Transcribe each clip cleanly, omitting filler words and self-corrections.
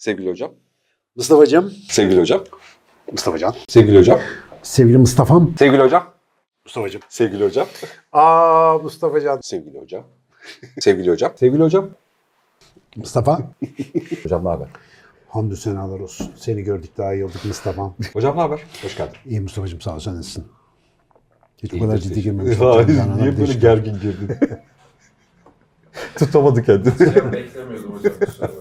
Sevgili hocam. Mustafa'cığım. Sevgili hocam. Mustafa'can. Sevgili hocam. Sevgili Mustafa'm. Sevgili hocam. Mustafa'cığım. Sevgili hocam. Mustafa'can. Sevgili hocam. Sevgili hocam. Sevgili hocam. Mustafa. Hocam ne haber? Hamdü senalar olsun. Seni gördük daha iyi olduk Mustafa'm. Hocam ne haber? Hoş geldin. İyi Mustafa'cığım sağ ol sen nasılsın? Hiç bu İyidir, kadar ciddi teşekkür girmemiştim. Niye böyle gergin girdin? Tutamadı kendini. Ben beklemiyordum hocam.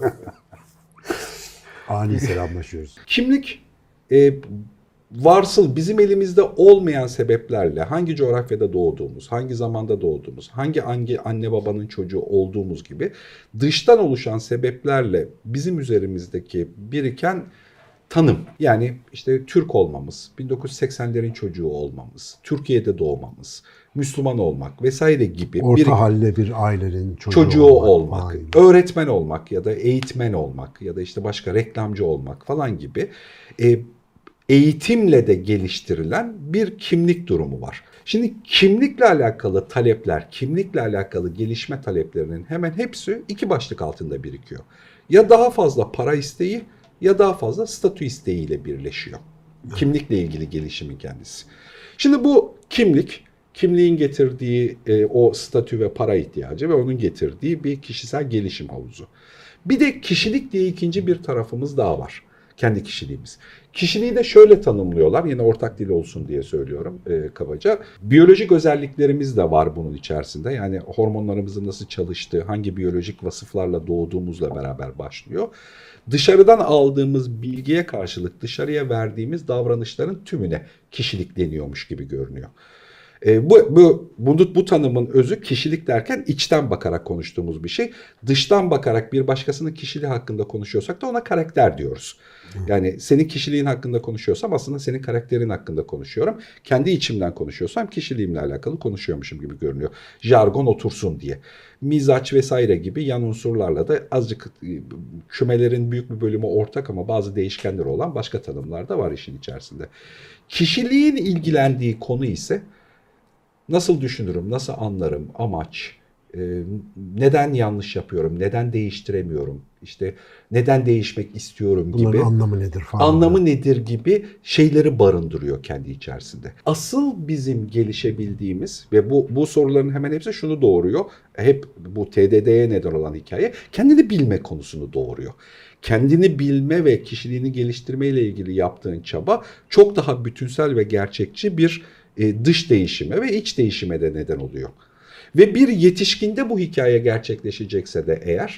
Ani selamlaşıyoruz. Kimlik varsıl bizim elimizde olmayan sebeplerle hangi coğrafyada doğduğumuz, hangi zamanda doğduğumuz, hangi anne babanın çocuğu olduğumuz gibi dıştan oluşan sebeplerle bizim üzerimizdeki biriken tanım. Yani işte Türk olmamız, 1980'lerin çocuğu olmamız, Türkiye'de doğmamız, Müslüman olmak vesaire gibi Orta halli bir ailenin çocuğu olmak, Aynen. öğretmen olmak ya da eğitmen olmak ya da işte başka reklamcı olmak falan gibi eğitimle de geliştirilen bir kimlik durumu var. Şimdi kimlikle alakalı talepler, kimlikle alakalı gelişme taleplerinin hemen hepsi iki başlık altında birikiyor. Ya daha fazla para isteği ya daha fazla statü isteğiyle birleşiyor. Kimlikle ilgili gelişimin kendisi. Şimdi bu kimliğin getirdiği o statü ve para ihtiyacı ve onun getirdiği bir kişisel gelişim havuzu. Bir de kişilik diye ikinci bir tarafımız daha var. Kendi kişiliğimiz. Kişiliği de şöyle tanımlıyorlar. Yine ortak dil olsun diye söylüyorum kabaca. Biyolojik özelliklerimiz de var bunun içerisinde. Yani hormonlarımızın nasıl çalıştığı, hangi biyolojik vasıflarla doğduğumuzla beraber başlıyor. Dışarıdan aldığımız bilgiye karşılık dışarıya verdiğimiz davranışların tümüne kişilik deniyormuş gibi görünüyor. Bu tanımın özü kişilik derken içten bakarak konuştuğumuz bir şey. Dıştan bakarak bir başkasının kişiliği hakkında konuşuyorsak da ona karakter diyoruz. Yani senin kişiliğin hakkında konuşuyorsam aslında senin karakterin hakkında konuşuyorum. Kendi içimden konuşuyorsam kişiliğimle alakalı konuşuyormuşum gibi görünüyor. Jargon otursun diye. Mizaç vesaire gibi yan unsurlarla da azıcık kümelerin büyük bir bölümü ortak ama bazı değişkenleri olan başka tanımlar da var işin içerisinde. Kişiliğin ilgilendiği konu ise nasıl düşünürüm, nasıl anlarım, amaç, neden yanlış yapıyorum, neden değiştiremiyorum, işte neden değişmek istiyorum gibi. Bunların anlamı nedir falan. Anlamı nedir gibi şeyleri barındırıyor kendi içerisinde. Asıl bizim gelişebildiğimiz ve bu soruların hemen hepsi şunu doğuruyor. Hep bu TDD'ye neden olan hikaye kendini bilme konusunu doğuruyor. Kendini bilme ve kişiliğini geliştirme ile ilgili yaptığın çaba çok daha bütünsel ve gerçekçi bir dış değişime ve iç değişime de neden oluyor. Ve bir yetişkinde bu hikaye gerçekleşecekse de eğer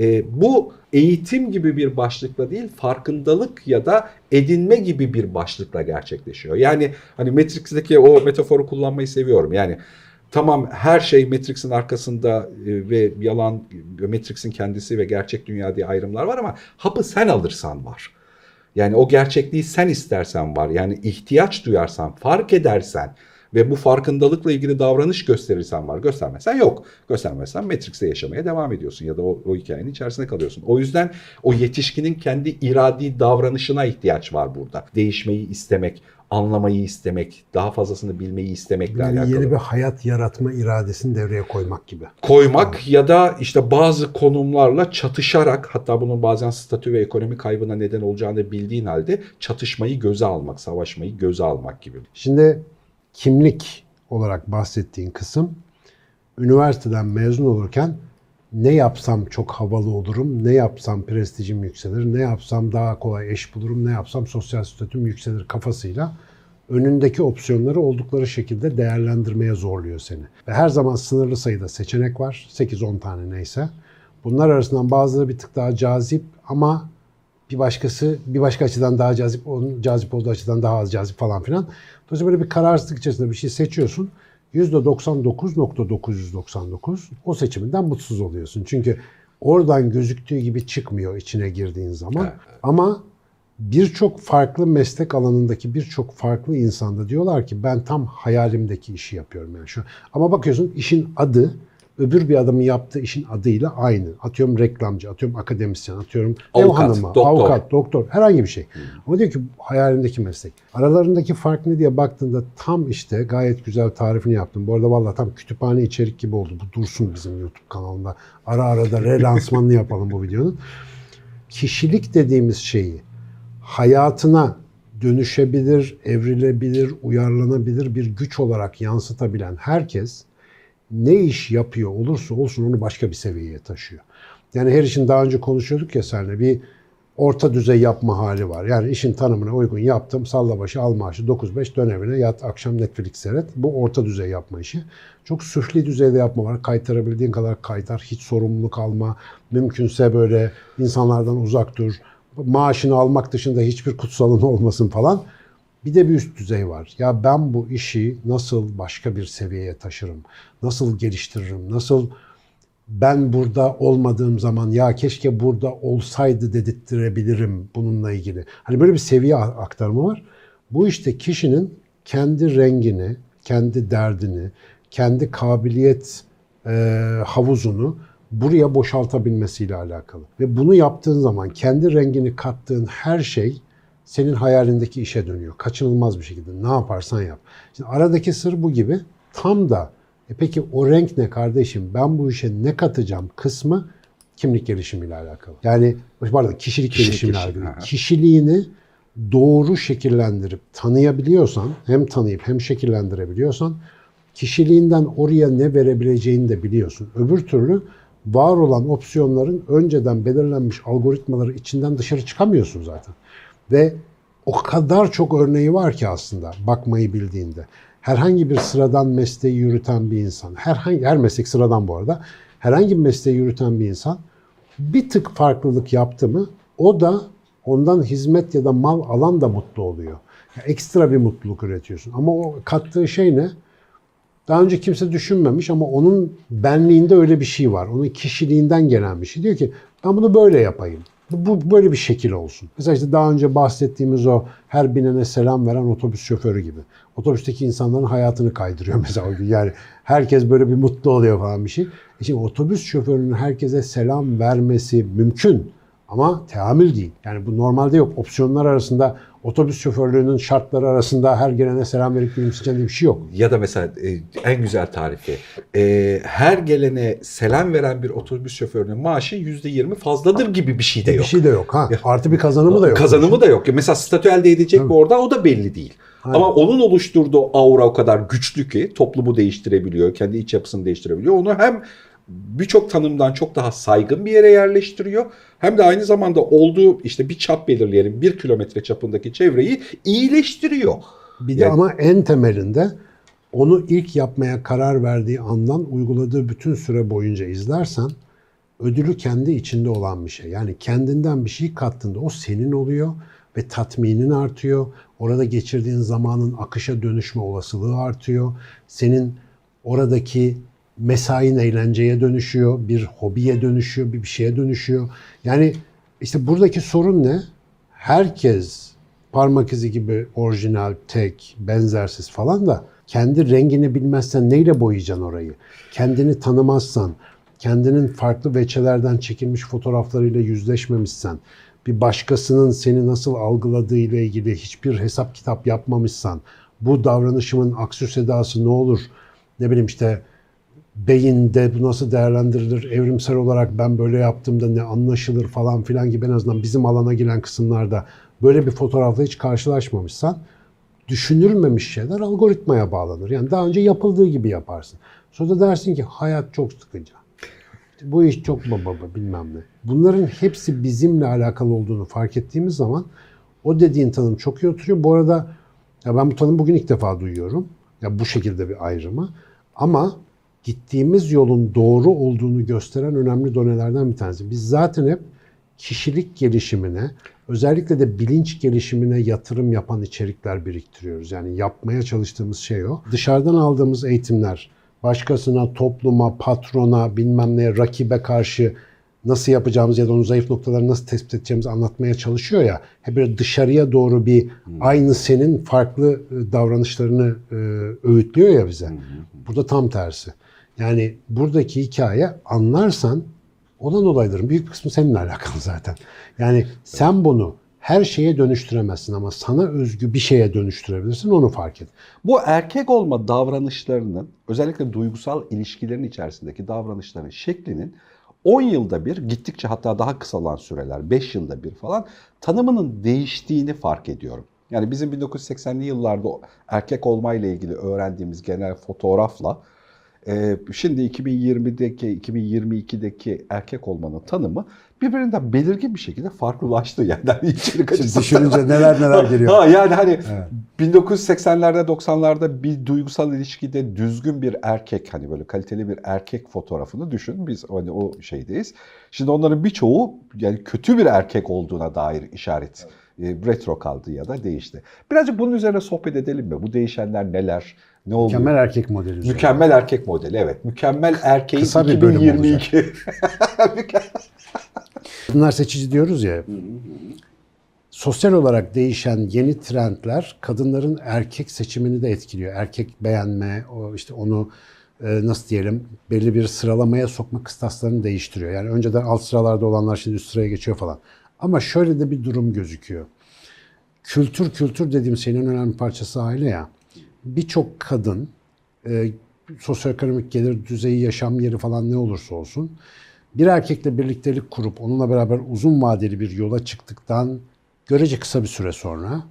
bu eğitim gibi bir başlıkla değil farkındalık ya da edinme gibi bir başlıkla gerçekleşiyor. Yani hani Matrix'teki o metaforu kullanmayı seviyorum. Yani tamam her şey Matrix'in arkasında ve yalan Matrix'in kendisi ve gerçek dünya diye ayrımlar var ama hapı sen alırsan var. Yani o gerçekliği sen istersen var. Yani ihtiyaç duyarsan, fark edersen ve bu farkındalıkla ilgili davranış gösterirsen var. Göstermezsen yok. Göstermezsen Matrix'te yaşamaya devam ediyorsun ya da o hikayenin içerisinde kalıyorsun. O yüzden o yetişkinin kendi iradi davranışına ihtiyaç var burada. Değişmeyi istemek, anlamayı istemek, daha fazlasını bilmeyi istemekle Yani alakalı. yeni bir hayat yaratma iradesini devreye koymak gibi. Koymak ya da işte bazı konumlarla çatışarak hatta bunun bazen statü ve ekonomi kaybına neden olacağını bildiğin halde çatışmayı göze almak, savaşmayı göze almak gibi. Şimdi kimlik olarak bahsettiğin kısım üniversiteden mezun olurken ne yapsam çok havalı olurum, ne yapsam prestijim yükselir, ne yapsam daha kolay eş bulurum, ne yapsam sosyal statüm yükselir kafasıyla önündeki opsiyonları oldukları şekilde değerlendirmeye zorluyor seni. Ve her zaman sınırlı sayıda seçenek var. 8-10 tane neyse. Bunlar arasından bazıları bir tık daha cazip ama bir başka açıdan daha cazip, onun cazip olduğu açıdan daha az cazip falan filan. Dolayısıyla böyle bir kararsızlık içerisinde bir şey seçiyorsun. %99.999 o seçiminden mutsuz oluyorsun. Çünkü oradan gözüktüğü gibi çıkmıyor içine girdiğin zaman. Evet. Ama birçok farklı meslek alanındaki birçok farklı insanda diyorlar ki ben tam hayalimdeki işi yapıyorum yani şu. Ama bakıyorsun işin adı öbür bir adamın yaptığı işin adıyla aynı. Atıyorum reklamcı, atıyorum akademisyen, atıyorum ev hanımı, avukat, doktor, herhangi bir şey. Ama diyor ki hayalimdeki meslek. Aralarındaki fark ne diye baktığında tam işte gayet güzel tarifini yaptım. Bu arada vallahi tam kütüphane içerik gibi oldu. Bu dursun bizim YouTube kanalında. Ara ara da relansmanını yapalım bu videonun. kişilik dediğimiz şeyi hayatına dönüşebilir, evrilebilir, uyarlanabilir bir güç olarak yansıtabilen herkes ne iş yapıyor olursa olsun onu başka bir seviyeye taşıyor. Yani her işin daha önce konuşuyorduk ya seninle bir orta düzey yapma hali var. Yani işin tanımına uygun yaptım, salla başı al maaşı 9-5 dön evine yat akşam Netflix seyret. Bu orta düzey yapma işi. Çok süfli düzeyde yapma var. Kaytarabildiğin kadar kaytar, hiç sorumluluk alma. Mümkünse böyle insanlardan uzak dur. Maaşını almak dışında hiçbir kutsalın olmasın falan. Bir de bir üst düzey var. Ya ben bu işi nasıl başka bir seviyeye taşırım? Nasıl geliştiririm? Nasıl ben burada olmadığım zaman ya keşke burada olsaydı dedirttirebilirim bununla ilgili. Hani böyle bir seviye aktarımı var. Bu işte kişinin kendi rengini, kendi derdini, kendi kabiliyet havuzunu buraya boşaltabilmesiyle alakalı. Ve bunu yaptığın zaman kendi rengini kattığın her şey senin hayalindeki işe dönüyor. Kaçınılmaz bir şekilde. Ne yaparsan yap. Şimdi aradaki sır bu gibi. Tam da peki o renk ne kardeşim? Ben bu işe ne katacağım kısmı kimlik gelişimiyle alakalı. Yani pardon kişilik gelişimiyle alakalı. Kişiliğini doğru şekillendirip tanıyabiliyorsan, hem tanıyıp hem şekillendirebiliyorsan kişiliğinden oraya ne verebileceğini de biliyorsun. Öbür türlü var olan opsiyonların önceden belirlenmiş algoritmaları içinden dışarı çıkamıyorsun zaten. Ve o kadar çok örneği var ki aslında bakmayı bildiğinde. Herhangi bir sıradan mesleği yürüten bir insan, her meslek sıradan bu arada, herhangi bir mesleği yürüten bir insan bir tık farklılık yaptı mı o da ondan hizmet ya da mal alan da mutlu oluyor. Yani ekstra bir mutluluk üretiyorsun. Ama o kattığı şey ne? Daha önce kimse düşünmemiş ama onun benliğinde öyle bir şey var. Onun kişiliğinden gelen bir şey. Diyor ki ben bunu böyle yapayım. Bu böyle bir şekil olsun. Mesela işte daha önce bahsettiğimiz o her binene selam veren otobüs şoförü gibi. Otobüsteki insanların hayatını kaydırıyor mesela o gün. Yani herkes böyle bir mutlu oluyor falan bir şey. Şimdi otobüs şoförünün herkese selam vermesi mümkün. Ama teamül değil. Yani bu normalde yok. Opsiyonlar arasında otobüs şoförlüğünün şartları arasında her gelene selam verip gülümseyeceğin diye bir şey yok. Ya da mesela en güzel tarifi. Her gelene selam veren bir otobüs şoförünün maaşı %20 fazladır gibi bir şey de yok. Bir şey de yok. Ha. Artı bir kazanımı da yok. Kazanımı da yok. Mesela statü elde edecek mi orada o da belli değil. Aynen. Ama onun oluşturduğu aura o kadar güçlü ki toplumu değiştirebiliyor, kendi iç yapısını değiştirebiliyor. Onu hem birçok tanımdan çok daha saygın bir yere yerleştiriyor. Hem de aynı zamanda olduğu işte bir çap belirleyelim 1 kilometre çapındaki çevreyi iyileştiriyor. Bir de ama en temelinde onu ilk yapmaya karar verdiği andan uyguladığı bütün süre boyunca izlersen ödülü kendi içinde olan bir şey. Yani kendinden bir şey kattığında o senin oluyor ve tatminin artıyor. Orada geçirdiğin zamanın akışa dönüşme olasılığı artıyor. Senin oradaki mesain eğlenceye dönüşüyor, bir hobiye dönüşüyor, bir şeye dönüşüyor. Yani işte buradaki sorun ne? Herkes parmak izi gibi orijinal, tek, benzersiz falan da kendi rengini bilmezsen neyle boyayacaksın orayı? Kendini tanımazsan, kendinin farklı veçelerden çekilmiş fotoğraflarıyla yüzleşmemişsen, bir başkasının seni nasıl algıladığı ile ilgili hiçbir hesap kitap yapmamışsan, bu davranışımın aksü sedası ne olur? Ne bileyim işte beyinde bu nasıl değerlendirilir, evrimsel olarak ben böyle yaptığımda ne anlaşılır falan filan gibi en azından bizim alana giren kısımlarda böyle bir fotoğrafla hiç karşılaşmamışsan düşünülmemiş şeyler algoritmaya bağlanır. Yani daha önce yapıldığı gibi yaparsın. Sonra da dersin ki hayat çok sıkıcı. Bu iş çok baba bilmem ne. Bunların hepsi bizimle alakalı olduğunu fark ettiğimiz zaman o dediğin tanım çok iyi oturuyor. Bu arada ya ben bu tanımı bugün ilk defa duyuyorum. Ya bu şekilde bir ayrımı. Ama gittiğimiz yolun doğru olduğunu gösteren önemli donelerden bir tanesi. Biz zaten hep kişilik gelişimine, özellikle de bilinç gelişimine yatırım yapan içerikler biriktiriyoruz. Yani yapmaya çalıştığımız şey o. Dışarıdan aldığımız eğitimler, başkasına, topluma, patrona, bilmem neye, rakibe karşı nasıl yapacağımız ya da onun zayıf noktalarını nasıl tespit edeceğimizi anlatmaya çalışıyor ya. Hep böyle dışarıya doğru bir aynı senin farklı davranışlarını öğütlüyor ya bize. Burada tam tersi. Yani buradaki hikaye anlarsan olan olayların büyük kısmı seninle alakalı zaten. Yani sen bunu her şeye dönüştüremezsin ama sana özgü bir şeye dönüştürebilirsin, onu fark et. Bu erkek olma davranışlarının özellikle duygusal ilişkilerin içerisindeki davranışların şeklinin 10 yılda bir, gittikçe hatta daha kısalan süreler, 5 yılda bir falan tanımının değiştiğini fark ediyorum. Yani bizim 1980'li yıllarda erkek olmayla ilgili öğrendiğimiz genel fotoğrafla şimdi 2020'deki, 2022'deki erkek olmanın tanımı birbirinden belirgin bir şekilde farklılaştı. Yani içerik Şimdi açısından. düşününce neler geliyor. Ha, yani hani Evet. 1980'lerde 90'larda bir duygusal ilişkide düzgün bir erkek, hani böyle kaliteli bir erkek fotoğrafını düşün. Biz hani o şeydeyiz. Şimdi onların birçoğu yani kötü bir erkek olduğuna dair işaret. Retro kaldı ya da değişti. Birazcık bunun üzerine sohbet edelim mi? Bu değişenler neler? Ne oluyor? Mükemmel erkek modeli üzerine. Mükemmel erkek modeli, evet. Mükemmel erkeğin Kısa bir bölüm 2022. Bunlar seçici diyoruz ya. Sosyal olarak değişen yeni trendler kadınların erkek seçimini de etkiliyor. Erkek beğenme, o işte onu nasıl diyelim belli bir sıralamaya sokma kıstaslarını değiştiriyor. Yani önceden alt sıralarda olanlar şimdi üst sıraya geçiyor falan. Ama şöyle de bir durum gözüküyor. Kültür dediğim şeyin en önemli parçası aile ya. Birçok kadın sosyoekonomik gelir düzeyi, yaşam yeri falan ne olursa olsun bir erkekle birliktelik kurup onunla beraber uzun vadeli bir yola çıktıktan görece kısa bir süre sonra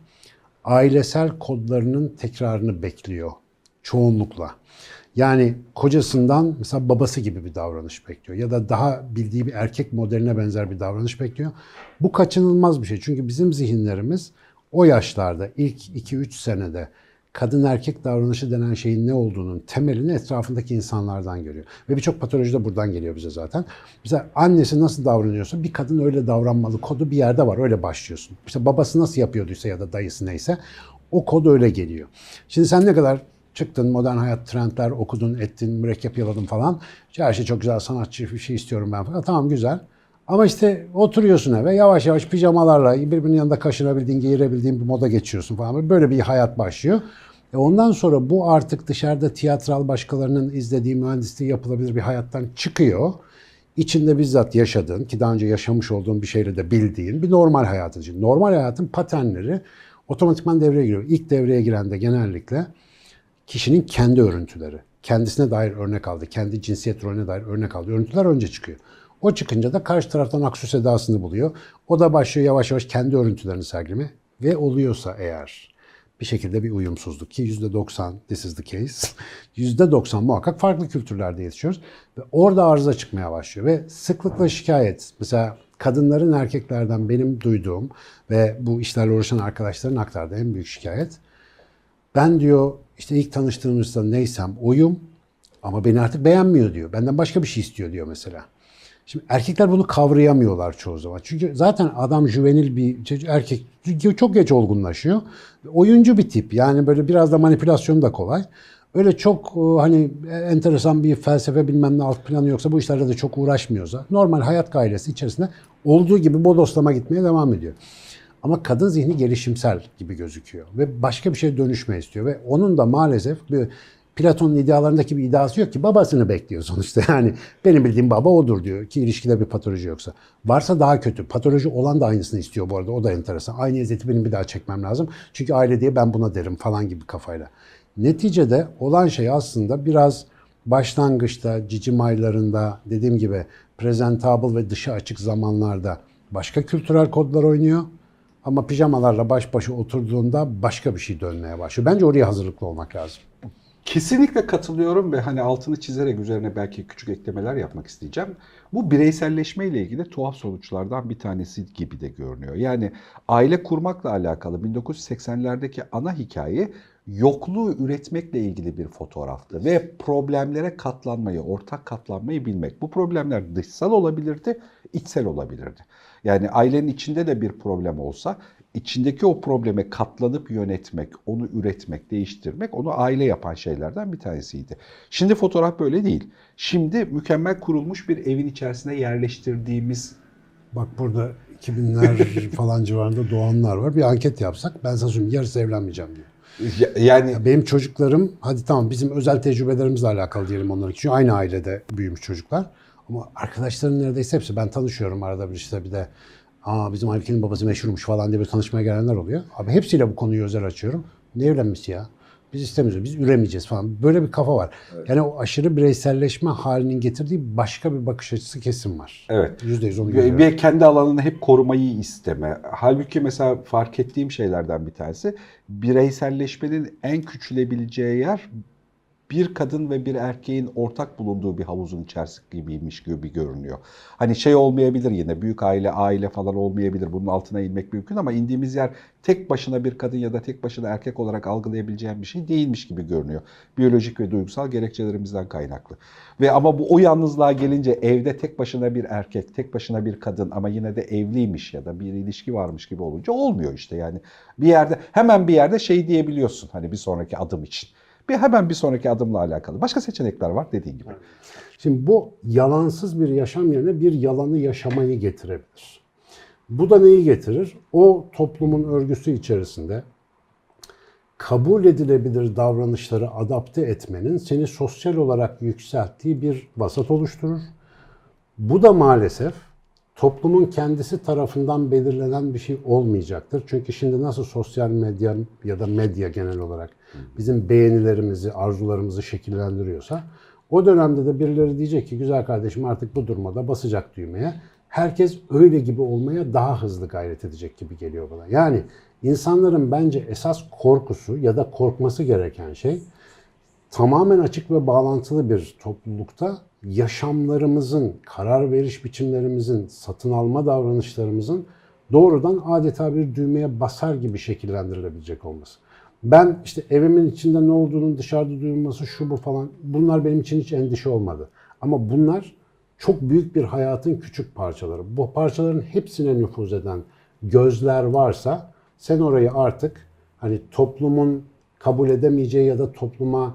ailesel kodlarının tekrarını bekliyor çoğunlukla. Yani kocasından mesela babası gibi bir davranış bekliyor ya da daha bildiği bir erkek modeline benzer bir davranış bekliyor. Bu kaçınılmaz bir şey. Çünkü bizim zihinlerimiz o yaşlarda ilk 2-3 senede kadın erkek davranışı denen şeyin ne olduğunun temelini etrafındaki insanlardan görüyor. Ve birçok patoloji de buradan geliyor bize zaten. Mesela annesi nasıl davranıyorsa bir kadın öyle davranmalı kodu bir yerde var, öyle başlıyorsun. İşte babası nasıl yapıyorduysa ya da dayısı neyse o kod öyle geliyor. Şimdi sen ne kadar çıktın, modern hayat, trendler okudun, ettin, mürekkep yaladın falan. İşte her şey çok güzel, sanatçı bir şey istiyorum ben falan. Tamam, güzel. Ama işte oturuyorsun eve yavaş yavaş pijamalarla birbirinin yanında kaşınabildiğin, giyirebildiğin bir moda geçiyorsun falan. Böyle bir hayat başlıyor. Ondan sonra bu artık dışarıda tiyatral başkalarının izlediği, mühendisliği yapılabilir bir hayattan çıkıyor. İçinde bizzat yaşadığın ki daha önce yaşamış olduğun bir şeyle de bildiğin bir normal hayatın için. Normal hayatın paternleri otomatikman devreye giriyor. İlk devreye giren de genellikle kişinin kendi örüntüleri. Kendisine dair örnek aldı, kendi cinsiyet rolüne dair örnek aldı. Örüntüler önce çıkıyor. O çıkınca da karşı taraftan aksu sedasını buluyor. O da başlıyor yavaş yavaş kendi örüntülerini sergileme ve oluyorsa eğer bir şekilde bir uyumsuzluk ki %90 this is the case. %90 muhakkak farklı kültürlerde yetişiyoruz ve orada arıza çıkmaya başlıyor ve sıklıkla şikayet. Mesela kadınların erkeklerden benim duyduğum ve bu işlerle uğraşan arkadaşların aktardığı en büyük şikayet. Ben diyor işte ilk tanıştığımızda neysem oyum ama beni artık beğenmiyor diyor. Benden başka bir şey istiyor diyor mesela. Şimdi erkekler bunu kavrayamıyorlar çoğu zaman. Çünkü zaten adam juvenil bir erkek çok geç olgunlaşıyor. Oyuncu bir tip. Yani böyle biraz da manipülasyon da kolay. Öyle çok hani enteresan bir felsefe bilmem ne alt planı yoksa bu işlerle de çok uğraşmıyorsa normal hayat gailesi içerisinde olduğu gibi bodoslama gitmeye devam ediyor. Ama kadın zihni gelişimsel gibi gözüküyor ve başka bir şeye dönüşme istiyor ve onun da maalesef bir Platon'un idealarındaki bir iddiası yok ki babasını bekliyor sonuçta. Yani benim bildiğim baba odur diyor ki ilişkide bir patoloji yoksa. Varsa daha kötü. Patoloji olan da aynısını istiyor bu arada. O da enteresan. Aynı eziyeti benim bir daha çekmem lazım. Çünkü aile diye ben buna derim falan gibi kafayla. Neticede olan şey aslında biraz başlangıçta, cicim aylarında dediğim gibi presentable ve dışa açık zamanlarda başka kültürel kodlar oynuyor. Ama pijamalarla baş başa oturduğunda başka bir şey dönmeye başlıyor. Bence oraya hazırlıklı olmak lazım. Kesinlikle katılıyorum ve hani altını çizerek üzerine belki küçük eklemeler yapmak isteyeceğim. Bu bireyselleşme ile ilgili tuhaf sonuçlardan bir tanesi gibi de görünüyor. Yani aile kurmakla alakalı 1980'lerdeki ana hikaye yokluğu üretmekle ilgili bir fotoğraftı ve problemlere katlanmayı, ortak katlanmayı bilmek. Bu problemler dışsal olabilirdi, içsel olabilirdi. Yani ailenin içinde de bir problem olsa içindeki o probleme katlanıp yönetmek, onu üretmek, değiştirmek onu aile yapan şeylerden bir tanesiydi. Şimdi fotoğraf böyle değil. Şimdi mükemmel kurulmuş bir evin içerisine yerleştirdiğimiz... Bak burada 2000'ler falan civarında doğanlar var. Bir anket yapsak ben sana söyleyeyim yarısı evlenmeyeceğim diyor. Yani benim çocuklarım hadi tamam bizim özel tecrübelerimizle alakalı diyelim onların. Çünkü aynı ailede büyümüş çocuklar. Ama arkadaşların neredeyse hepsi ben tanışıyorum arada bir işte bir de bizim Aybike'nin babası meşhurmuş falan diye bir tanışmaya gelenler oluyor. Abi hepsiyle bu konuyu özel açıyorum. Ne evlenmesi ya? Biz istemiyoruz, biz üremeyeceğiz falan. Böyle bir kafa var. Evet. Yani o aşırı bireyselleşme halinin getirdiği başka bir bakış açısı kesin var. Evet. %100 onu görüyorum. Ve kendi alanını hep korumayı isteme. Halbuki mesela fark ettiğim şeylerden bir tanesi, bireyselleşmenin en küçülebileceği yer bir kadın ve bir erkeğin ortak bulunduğu bir havuzun içerisinde gibiymiş gibi görünüyor. Hani şey olmayabilir, yine büyük aile falan olmayabilir. Bunun altına inmek mümkün ama indiğimiz yer tek başına bir kadın ya da tek başına erkek olarak algılayabileceğim bir şey değilmiş gibi görünüyor. Biyolojik ve duygusal gerekçelerimizden kaynaklı. Ve ama o yalnızlığa gelince evde tek başına bir erkek, tek başına bir kadın ama yine de evliymiş ya da bir ilişki varmış gibi olunca olmuyor işte yani. Hemen bir yerde şey diyebiliyorsun hani bir sonraki adım için. Hemen bir sonraki adımla alakalı. Başka seçenekler var dediğin gibi. Şimdi bu yalansız bir yaşam yerine bir yalanı yaşamayı getirebilir. Bu da neyi getirir? O toplumun örgüsü içerisinde kabul edilebilir davranışları adapte etmenin seni sosyal olarak yükselttiği bir vasat oluşturur. Bu da maalesef toplumun kendisi tarafından belirlenen bir şey olmayacaktır. Çünkü şimdi nasıl sosyal medya ya da medya genel olarak bizim beğenilerimizi, arzularımızı şekillendiriyorsa o dönemde de birileri diyecek ki güzel kardeşim artık bu durumda basacak düğmeye. Herkes öyle gibi olmaya daha hızlı gayret edecek gibi geliyor bana. Yani insanların bence esas korkusu ya da korkması gereken şey tamamen açık ve bağlantılı bir toplulukta yaşamlarımızın, karar veriş biçimlerimizin, satın alma davranışlarımızın doğrudan adeta bir düğmeye basar gibi şekillendirilebilecek olması. Ben işte evimin içinde ne olduğunun dışarıda duyulması şu bu falan bunlar benim için hiç endişe olmadı. Ama bunlar çok büyük bir hayatın küçük parçaları. Bu parçaların hepsine nüfuz eden gözler varsa sen orayı artık hani toplumun kabul edemeyeceği ya da topluma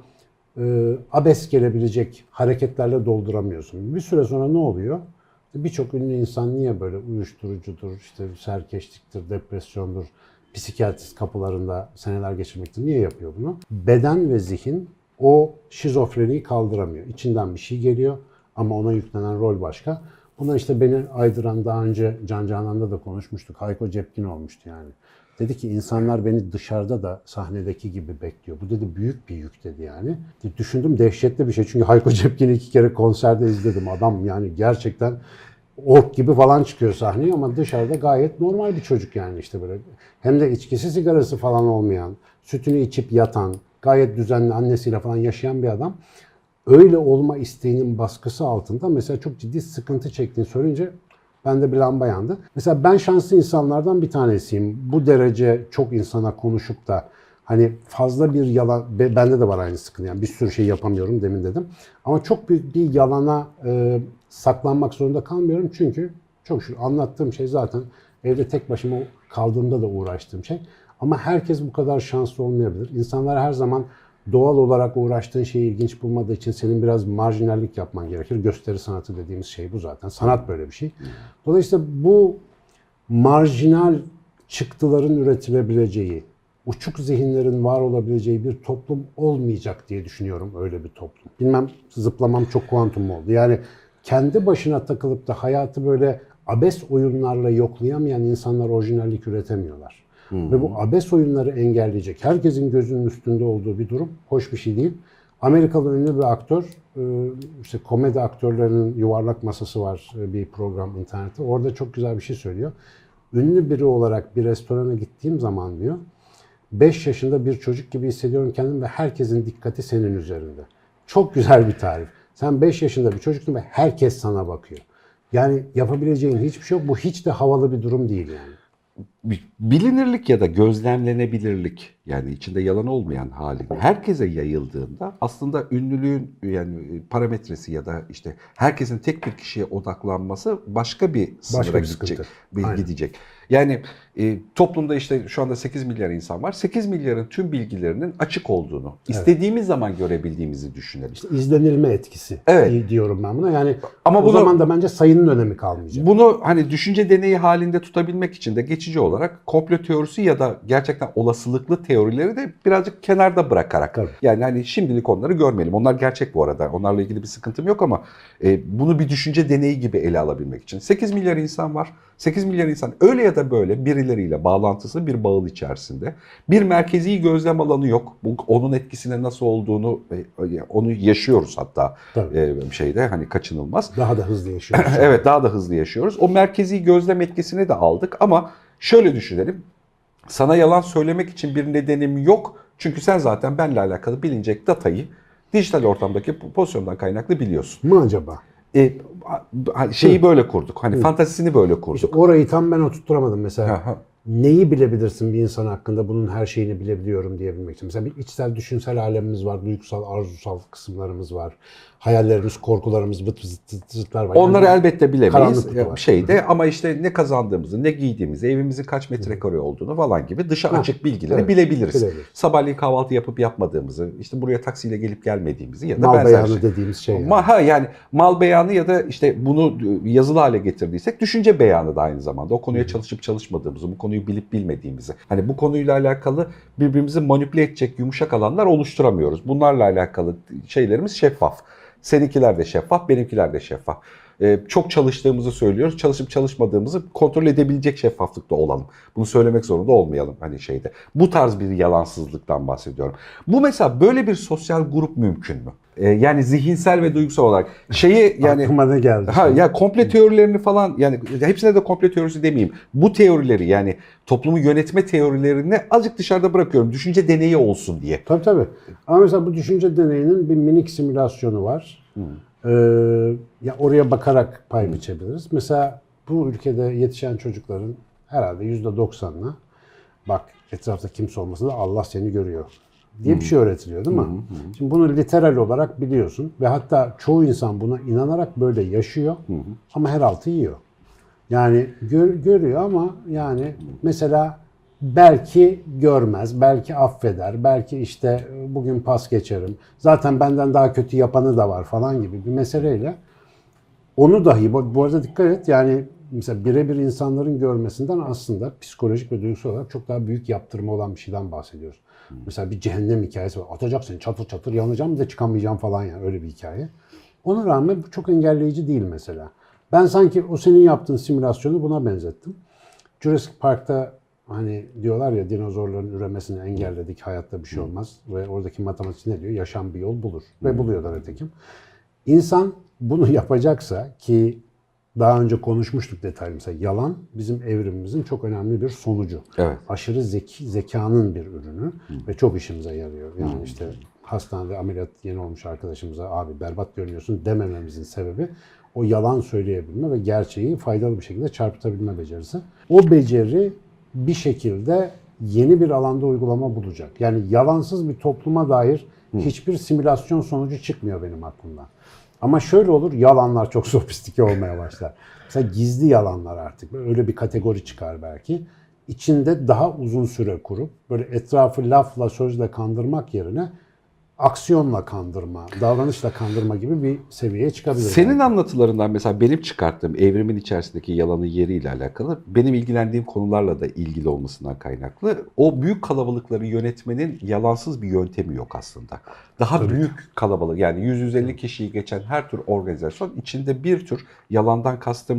abes gelebilecek hareketlerle dolduramıyorsun. Bir süre sonra ne oluyor? Birçok ünlü insan niye böyle uyuşturucudur, işte serkeşliktir, depresyondur, psikiyatrist kapılarında seneler geçirmektir. Niye yapıyor bunu? Beden ve zihin o şizofreniyi kaldıramıyor. İçinden bir şey geliyor ama ona yüklenen rol başka. Buna işte beni aydıran daha önce Can Canan'da da konuşmuştuk. Hayko Cepkin olmuştu yani. Dedi ki insanlar beni dışarıda da sahnedeki gibi bekliyor. Bu dedi büyük bir yük dedi yani. Düşündüm dehşetli bir şey. Çünkü Hayko Cepkin'i 2 kere konserde izledim. Adam yani gerçekten ork gibi falan çıkıyor sahneye ama dışarıda gayet normal bir çocuk yani işte böyle. Hem de içkisi sigarası falan olmayan, sütünü içip yatan, gayet düzenli annesiyle falan yaşayan bir adam. Öyle olma isteğinin baskısı altında mesela çok ciddi sıkıntı çektiğini söyleyince bende bir lamba yandı. Mesela ben şanslı insanlardan bir tanesiyim. Bu derece çok insana konuşup da hani fazla bir yalan, bende de var aynı sıkıntı. Yani bir sürü şey yapamıyorum demin dedim. Ama çok büyük bir yalana saklanmak zorunda kalmıyorum. Çünkü çok şükür anlattığım şey zaten evde tek başıma kaldığımda da uğraştığım şey. Ama herkes bu kadar şanslı olmayabilir. İnsanlar her zaman doğal olarak uğraştığın şeyi ilginç bulmadığı için senin biraz marjinallik yapman gerekir. Gösteri sanatı dediğimiz şey bu zaten. Sanat böyle bir şey. Dolayısıyla bu marjinal çıktıların üretilebileceği, uçuk zihinlerin var olabileceği bir toplum olmayacak diye düşünüyorum öyle bir toplum. Bilmem zıplamam çok kuantum mu oldu. Yani kendi başına takılıp da hayatı böyle abes oyunlarla yoklayamayan insanlar orijinallik üretemiyorlar. Ve bu abes oyunları engelleyecek, herkesin gözünün üstünde olduğu bir durum hoş bir şey değil. Amerikalı ünlü bir aktör, işte komedi aktörlerinin yuvarlak masası var bir program internette. Orada çok güzel bir şey söylüyor. Ünlü biri olarak bir restorana gittiğim zaman diyor, 5 yaşında bir çocuk gibi hissediyorum kendimi ve herkesin dikkati senin üzerinde. Çok güzel bir tarif. Sen 5 yaşında bir çocuksun ve herkes sana bakıyor. Yani yapabileceğin hiçbir şey yok. Bu hiç de havalı bir durum değil yani. Bilinirlik ya da gözlemlenebilirlik yani içinde yalan olmayan hali herkese yayıldığında aslında ünlülüğün yani parametresi ya da işte herkesin tek bir kişiye odaklanması başka bir sınıra gidecek. Yani toplumda işte şu anda 8 milyar insan var. 8 milyarın tüm bilgilerinin açık olduğunu, istediğimiz zaman görebildiğimizi düşünelim. İşte izlenilme etkisi diyorum ben buna. Yani ama o zaman da bence sayının önemi kalmayacak. Bunu hani düşünce deneyi halinde tutabilmek için de geçici olarak komplo teorisi ya da gerçekten olasılıklı teori teorileri de birazcık kenarda bırakarak. Tabii. Yani hani şimdilik onları görmeyelim. Onlar gerçek bu arada. Onlarla ilgili bir sıkıntım yok ama bunu bir düşünce deneyi gibi ele alabilmek için. 8 milyar insan var. 8 milyar insan öyle ya da böyle birileriyle bağlantısı bir bağıl içerisinde. Bir merkezi gözlem alanı yok. Onun etkisine nasıl olduğunu onu yaşıyoruz hatta şeyde hani kaçınılmaz. Daha da hızlı yaşıyoruz. Evet, daha da hızlı yaşıyoruz. O merkezi gözlem etkisini de aldık ama şöyle düşünelim. Sana yalan söylemek için bir nedenim yok. Çünkü sen zaten benimle alakalı bilinecek datayı dijital ortamdaki pozisyondan kaynaklı biliyorsun. Mı acaba? Şeyi böyle kurduk. Hani fantazisini böyle kurduk. İşte orayı tam ben oturtturamadım mesela. Neyi bilebilirsin bir insan hakkında, bunun her şeyini bilebiliyorum diyebilmek için. Mesela bir içsel, düşünsel alemimiz var, duygusal, arzusal kısımlarımız var. Hayallerimiz, korkularımız, zıtlar var. Onları yani elbette bilemeyiz şeyde ama işte ne kazandığımızı, ne giydiğimizi, evimizin kaç metrekare olduğunu falan gibi dışa açık bilgileri bilebiliriz. Sabahleyin kahvaltı yapıp yapmadığımızı, işte buraya taksiyle gelip gelmediğimizi ya da mal beyanı dediğimiz şey. Yani mal beyanı ya da işte bunu yazılı hale getirdiysek düşünce beyanı da aynı zamanda. O konuya çalışıp çalışmadığımızı, bu konuyu bilip bilmediğimizi. Hani bu konuyla alakalı birbirimizi manipüle edecek yumuşak alanlar oluşturamıyoruz. Bunlarla alakalı şeylerimiz şeffaf. Seninkiler de şeffaf, benimkiler de şeffaf. Çok çalıştığımızı söylüyoruz. Çalışıp çalışmadığımızı kontrol edebilecek şeffaflıkta olalım. Bunu söylemek zorunda olmayalım hani şeyde. Bu tarz bir yalansızlıktan bahsediyorum. Bu mesela böyle bir sosyal grup mümkün mü? Yani zihinsel ve duygusal olarak şeyi yani aklıma ne geldi? Ya komple teorilerini falan yani hepsine de komple teorisi demeyeyim. Bu teorileri yani toplumu yönetme teorilerini azıcık dışarıda bırakıyorum. Düşünce deneyi olsun diye. Tabii. Ama mesela bu düşünce deneyinin bir minik simülasyonu var. Ya oraya bakarak pay biçebiliriz. Mesela bu ülkede yetişen çocukların herhalde %90'ına bak etrafta kimse olmasa da Allah seni görüyor diye bir şey öğretiliyor değil mi? Şimdi bunu literal olarak biliyorsun ve hatta çoğu insan buna inanarak böyle yaşıyor ama her altı yiyor. Yani görüyor ama yani mesela belki görmez, belki affeder, belki işte bugün pas geçerim. Zaten benden daha kötü yapanı da var falan gibi bir meseleyle onu dahi bu arada dikkat et yani mesela birebir insanların görmesinden aslında psikolojik ve duygusal olarak çok daha büyük yaptırımı olan bir şeyden bahsediyoruz. Mesela bir cehennem hikayesi var. Atacak seni çatır çatır yanacağım bir de çıkamayacağım falan yani öyle bir hikaye. Ona rağmen bu çok engelleyici değil mesela. Ben sanki o senin yaptığın simülasyonu buna benzettim. Jurassic Park'ta hani diyorlar ya dinozorların üremesini engelledik, hayatta bir şey olmaz. Ve oradaki matematik ne diyor? Yaşam bir yol bulur. Ve buluyorlar ötekim. İnsan bunu yapacaksa ki daha önce konuşmuştuk detaylı mesela yalan bizim evrimimizin çok önemli bir sonucu. Evet. Aşırı zekanın bir ürünü ve çok işimize yarıyor. Yani işte hastanede ameliyat yeni olmuş arkadaşımıza abi berbat görünüyorsun demememizin sebebi o yalan söyleyebilme ve gerçeği faydalı bir şekilde çarpıtabilme becerisi. O beceri bir şekilde yeni bir alanda uygulama bulacak. Yani yalansız bir topluma dair hiçbir simülasyon sonucu çıkmıyor benim aklımdan. Ama şöyle olur, yalanlar çok sofistike olmaya başlar. Mesela gizli yalanlar artık öyle bir kategori çıkar belki. İçinde daha uzun süre kurup böyle etrafı lafla, sözle kandırmak yerine aksiyonla kandırma, davranışla kandırma gibi bir seviyeye çıkabilir. Senin anlatılarından mesela benim çıkarttığım evrimin içerisindeki yalanın yeriyle alakalı benim ilgilendiğim konularla da ilgili olmasından kaynaklı o büyük kalabalıkları yönetmenin yalansız bir yöntemi yok aslında. Daha büyük kalabalık yani 100-150 kişiyi geçen her tür organizasyon içinde bir tür yalandan kastım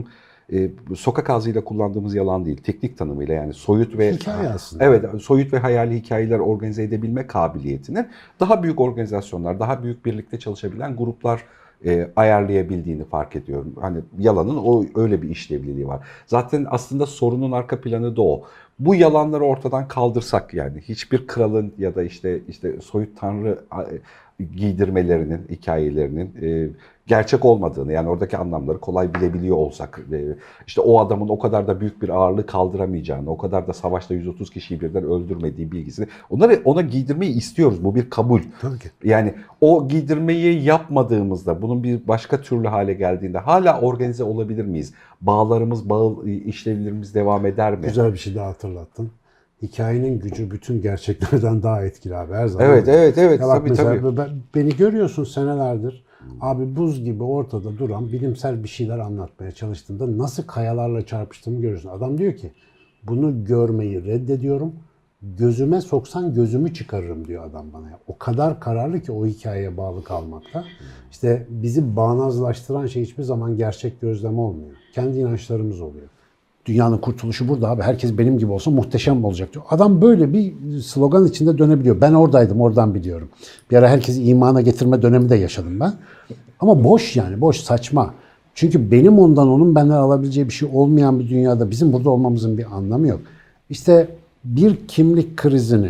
sokak ağzıyla kullandığımız yalan değil, teknik tanımıyla yani soyut ve hikaye aslında. Evet, soyut ve hayali hikayeler organize edebilme kabiliyetinin daha büyük organizasyonlar, daha büyük birlikte çalışabilen gruplar ayarlayabildiğini fark ediyorum. Hani yalanın o öyle bir işlevliliği var. Zaten aslında sorunun arka planı da o. Bu yalanları ortadan kaldırsak yani hiçbir kralın ya da işte soyut tanrı giydirmelerinin, hikayelerinin gerçek olmadığını yani oradaki anlamları kolay bilebiliyor olsak işte o adamın o kadar da büyük bir ağırlığı kaldıramayacağını, o kadar da savaşta 130 kişiyi birden öldürmediği bilgisini ona giydirmeyi istiyoruz. Bu bir kabul. Tabii ki. Yani o giydirmeyi yapmadığımızda, bunun bir başka türlü hale geldiğinde hala organize olabilir miyiz? Bağlarımız, işlevlerimiz devam eder mi? Güzel bir şey daha hatırlattın. Hikayenin gücü bütün gerçeklerden daha etkili abi her zaman. Evet. Ya bak Tabii, mesela tabii. beni görüyorsun senelerdir. Abi buz gibi ortada duran bilimsel bir şeyler anlatmaya çalıştığımda nasıl kayalarla çarpıştığımı görüyorsun. Adam diyor ki bunu görmeyi reddediyorum gözüme soksan gözümü çıkarırım diyor adam bana. O kadar kararlı ki o hikayeye bağlı kalmakta. İşte bizi bağnazlaştıran şey hiçbir zaman gerçek gözlem olmuyor. Kendi inançlarımız oluyor. Dünyanın kurtuluşu burada abi. Herkes benim gibi olsa muhteşem olacak diyor. Adam böyle bir slogan içinde dönebiliyor. Ben oradaydım, oradan biliyorum. Bir ara herkesi imana getirme dönemi de yaşadım ben. Ama boş yani, boş, saçma. Çünkü benim ondan onun benden alabileceği bir şey olmayan bir dünyada bizim burada olmamızın bir anlamı yok. İşte bir kimlik krizini,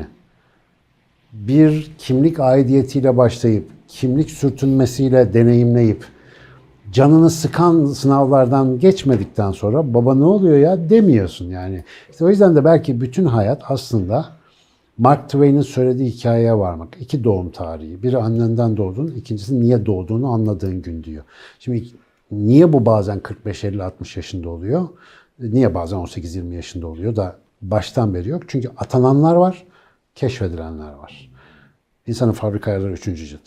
bir kimlik aidiyetiyle başlayıp, kimlik sürtünmesiyle deneyimleyip, canını sıkan sınavlardan geçmedikten sonra baba ne oluyor ya demiyorsun yani. İşte o yüzden de belki bütün hayat aslında Mark Twain'in söylediği hikayeye varmak. 2 doğum tarihi. Biri annenden doğdun, ikincisi niye doğduğunu anladığın gün diyor. Şimdi niye bu bazen 45, 50, 60 yaşında oluyor? Niye bazen 18, 20 yaşında oluyor da baştan beri yok? Çünkü atananlar var, keşfedilenler var. İnsanın fabrika ayarları 3. cilt.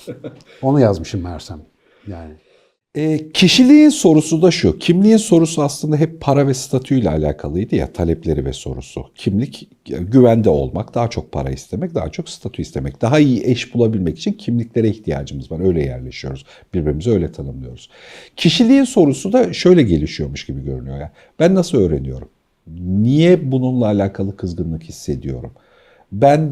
Onu yazmışım meğersem. Yani. Kişiliğin sorusu da şu. Kimliğin sorusu aslında hep para ve statüyle alakalıydı ya, talepleri ve sorusu. Kimlik, güvende olmak, daha çok para istemek, daha çok statü istemek. Daha iyi eş bulabilmek için kimliklere ihtiyacımız var. Öyle yerleşiyoruz. Birbirimizi öyle tanımlıyoruz. Kişiliğin sorusu da şöyle gelişiyormuş gibi görünüyor ya. Ben nasıl öğreniyorum? Niye bununla alakalı kızgınlık hissediyorum? Ben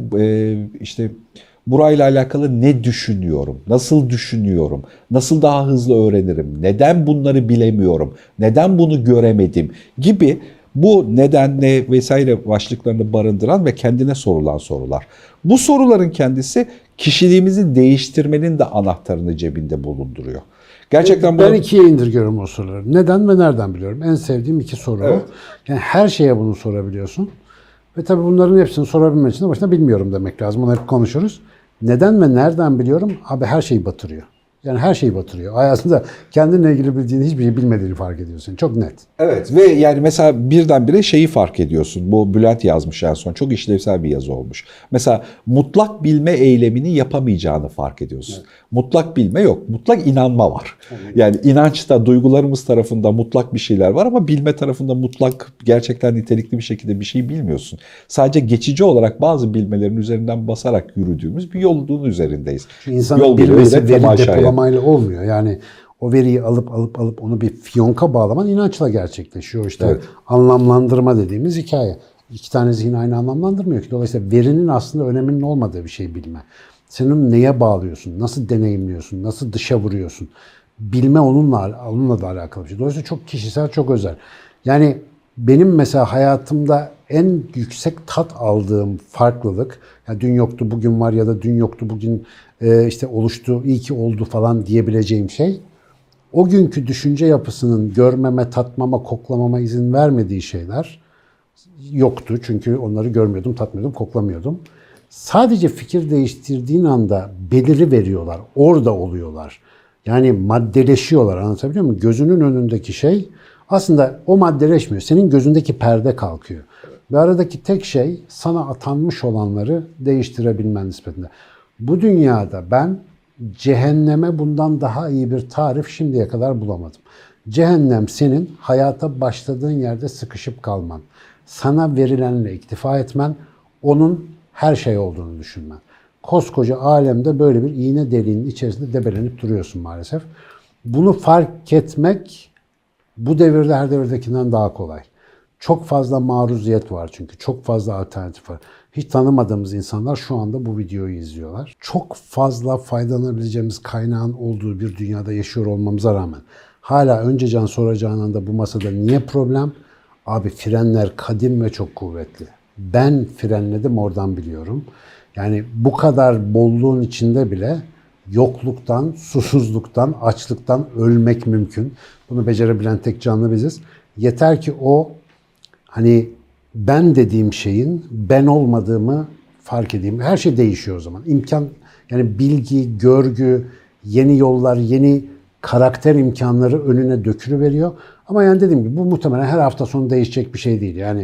işte burayla alakalı ne düşünüyorum? Nasıl düşünüyorum? Nasıl daha hızlı öğrenirim? Neden bunları bilemiyorum? Neden bunu göremedim? Gibi bu neden ne vesaire başlıklarını barındıran ve kendine sorulan sorular. Bu soruların kendisi kişiliğimizi değiştirmenin de anahtarını cebinde bulunduruyor. Gerçekten Ben 2'ye indirgiyorum o soruları. Neden ve nereden biliyorum? En sevdiğim 2 soru. Evet. Yani her şeye bunu sorabiliyorsun. Ve tabii bunların hepsini sorabilmek için de başta bilmiyorum demek lazım. Onu hep konuşuruz. Neden ve nereden biliyorum? Abi her şeyi batırıyor. Yani her şeyi batırıyor. Hayatında kendinle ilgili bildiğin hiçbir şey bilmediğini fark ediyorsun. Çok net. Evet ve yani mesela birdenbire şeyi fark ediyorsun. Bu Bülent yazmış en son. Çok işlevsel bir yazı olmuş. Mesela mutlak bilme eylemini yapamayacağını fark ediyorsun. Evet. Mutlak bilme yok. Mutlak inanma var. Evet. Yani inançta, duygularımız tarafında mutlak bir şeyler var ama bilme tarafında mutlak, gerçekten nitelikli bir şekilde bir şey bilmiyorsun. Sadece geçici olarak bazı bilmelerin üzerinden basarak yürüdüğümüz bir yolun üzerindeyiz. İnsanın bilmesi veri depolamayla olmuyor. Yani o veriyi alıp onu bir fiyonka bağlaman inançla gerçekleşiyor. İşte evet. Anlamlandırma dediğimiz hikaye. 2 tane zihin aynı anlamlandırmıyor ki. Dolayısıyla verinin aslında öneminin olmadığı bir şey bilme. Sen onu neye bağlıyorsun? Nasıl deneyimliyorsun? Nasıl dışa vuruyorsun? Bilme onunla da alakalı bir şey. Dolayısıyla çok kişisel, çok özel. Yani benim mesela hayatımda en yüksek tat aldığım farklılık, yani dün yoktu bugün var ya da dün yoktu bugün işte oluştu, iyi ki oldu falan diyebileceğim şey, o günkü düşünce yapısının görmeme, tatmama, koklamama izin vermediği şeyler yoktu. Çünkü onları görmüyordum, tatmıyordum, koklamıyordum. Sadece fikir değiştirdiğin anda beliri veriyorlar, orada oluyorlar. Yani maddeleşiyorlar, anlatabiliyor muyum? Gözünün önündeki şey aslında o maddeleşmiyor. Senin gözündeki perde kalkıyor. Ve aradaki tek şey sana atanmış olanları değiştirebilmen nispetinde. Bu dünyada ben cehenneme bundan daha iyi bir tarif şimdiye kadar bulamadım. Cehennem senin hayata başladığın yerde sıkışıp kalman. Sana verilenle iktifa etmen, onun her şey olduğunu düşünmen. Koskoca alemde böyle bir iğne deliğinin içerisinde debelenip duruyorsun maalesef. Bunu fark etmek bu devirde her devirdekinden daha kolay. Çok fazla maruziyet var çünkü. Çok fazla alternatif var. Hiç tanımadığımız insanlar şu anda bu videoyu izliyorlar. Çok fazla faydalanabileceğimiz kaynağın olduğu bir dünyada yaşıyor olmamıza rağmen hala önce can sonra cananda bu masada niye problem? Abi frenler kadim ve çok kuvvetli. Ben frenledim, oradan biliyorum. Yani bu kadar bolluğun içinde bile yokluktan, susuzluktan, açlıktan ölmek mümkün. Bunu becerebilen tek canlı biziz. Yeter ki o hani ben dediğim şeyin ben olmadığımı fark edeyim. Her şey değişiyor o zaman. İmkan, yani bilgi, görgü, yeni yollar, yeni karakter imkanları önüne dökülüveriyor. Ama yani dediğim gibi bu muhtemelen her hafta sonu değişecek bir şey değil. Yani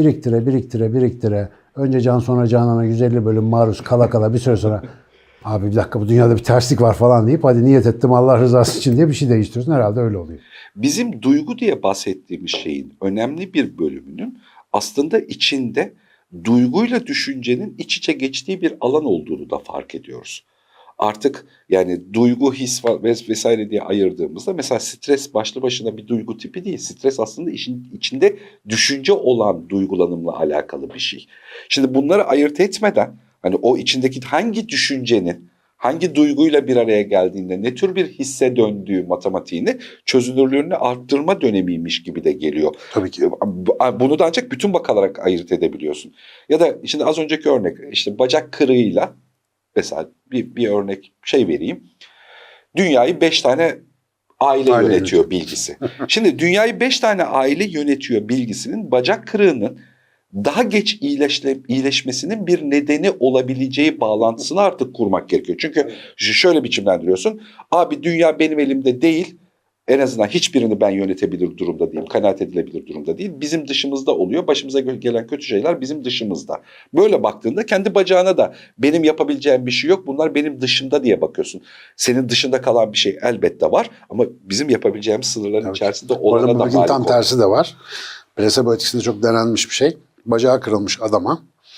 biriktire önce can sonra canana 150 bölüm maruz kala bir süre sonra abi bir dakika bu dünyada bir terslik var falan deyip hadi niyet ettim Allah rızası için diye bir şey değiştiriyorsun. Herhalde öyle oluyor. Bizim duygu diye bahsettiğimiz şeyin önemli bir bölümünün aslında içinde duyguyla düşüncenin iç içe geçtiği bir alan olduğunu da fark ediyoruz. Artık yani duygu, his vesaire diye ayırdığımızda mesela stres başlı başına bir duygu tipi değil. Stres aslında işin içinde düşünce olan duygulanımla alakalı bir şey. Şimdi bunları ayırt etmeden hani o içindeki hangi düşüncenin hangi duyguyla bir araya geldiğinde ne tür bir hisse döndüğü matematiğini çözünürlüğünü arttırma dönemiymiş gibi de geliyor. Tabii ki. Bunu da ancak bütün bakarak ayırt edebiliyorsun. Ya da şimdi az önceki örnek işte bacak kırığıyla mesela bir örnek vereyim. Dünyayı 5 tane aile yönetiyor bilgisi. Şimdi dünyayı 5 tane aile yönetiyor bilgisinin bacak kırığının daha geç iyileşmesinin bir nedeni olabileceği bağlantısını artık kurmak gerekiyor. Çünkü şöyle biçimlendiriyorsun. Abi dünya benim elimde değil. En azından hiçbirini ben yönetebilir durumda değilim. Kanaat edilebilir durumda değil. Bizim dışımızda oluyor. Başımıza gelen kötü şeyler bizim dışımızda. Böyle baktığında kendi bacağına da benim yapabileceğim bir şey yok. Bunlar benim dışımda diye bakıyorsun. Senin dışında kalan bir şey elbette var. Ama bizim yapabileceğimiz sınırların içerisinde olana da malik tam tersi de var. Plasebo etkisinde çok denenmiş bir şey. Bacağı kırılmış adama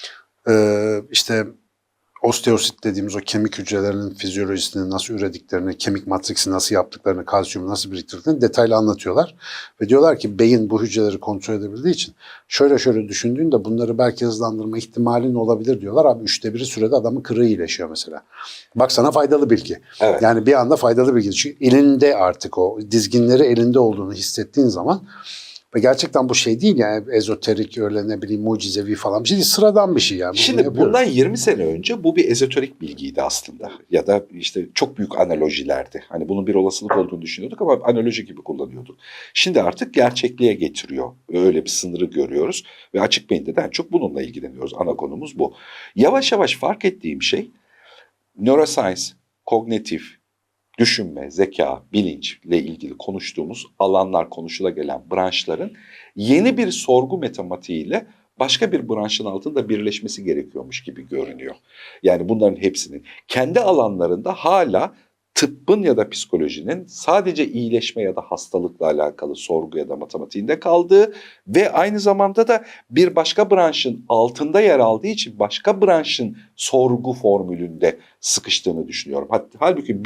işte osteosit dediğimiz o kemik hücrelerinin fizyolojisini nasıl ürediklerini, kemik matriksi nasıl yaptıklarını, kalsiyumu nasıl biriktirdiklerini detaylı anlatıyorlar. Ve diyorlar ki beyin bu hücreleri kontrol edebildiği için şöyle düşündüğünde bunları belki hızlandırma ihtimalin olabilir diyorlar. Abi 1/3 sürede adamın kırığı iyileşiyor mesela. Bak sana faydalı bilgi. Evet. Yani bir anda faydalı bilgi. Çünkü elinde artık o dizginleri elinde olduğunu hissettiğin zaman ve gerçekten bu şey değil yani ezoterik öyle ne bileyim mucizevi falan bir şey değil. Sıradan bir şey yani. Şimdi bundan 20 sene önce bu bir ezoterik bilgiydi aslında. Ya da işte çok büyük analojilerdi. Hani bunun bir olasılık olduğunu düşünüyorduk ama analoji gibi kullanıyorduk. Şimdi artık gerçekliğe getiriyor. Öyle bir sınırı görüyoruz. Ve açık beyinde de en çok bununla ilgileniyoruz. Ana konumuz bu. Yavaş yavaş fark ettiğim şey neuroscience, kognitif, düşünme, zeka, bilinçle ilgili konuştuğumuz alanlar, konuşula gelen branşların yeni bir sorgu matematiğiyle başka bir branşın altında birleşmesi gerekiyormuş gibi görünüyor. Yani bunların hepsinin kendi alanlarında hala tıbbın ya da psikolojinin sadece iyileşme ya da hastalıkla alakalı sorgu ya da matematiğinde kaldığı ve aynı zamanda da bir başka branşın altında yer aldığı için başka branşın sorgu formülünde sıkıştığını düşünüyorum. Halbuki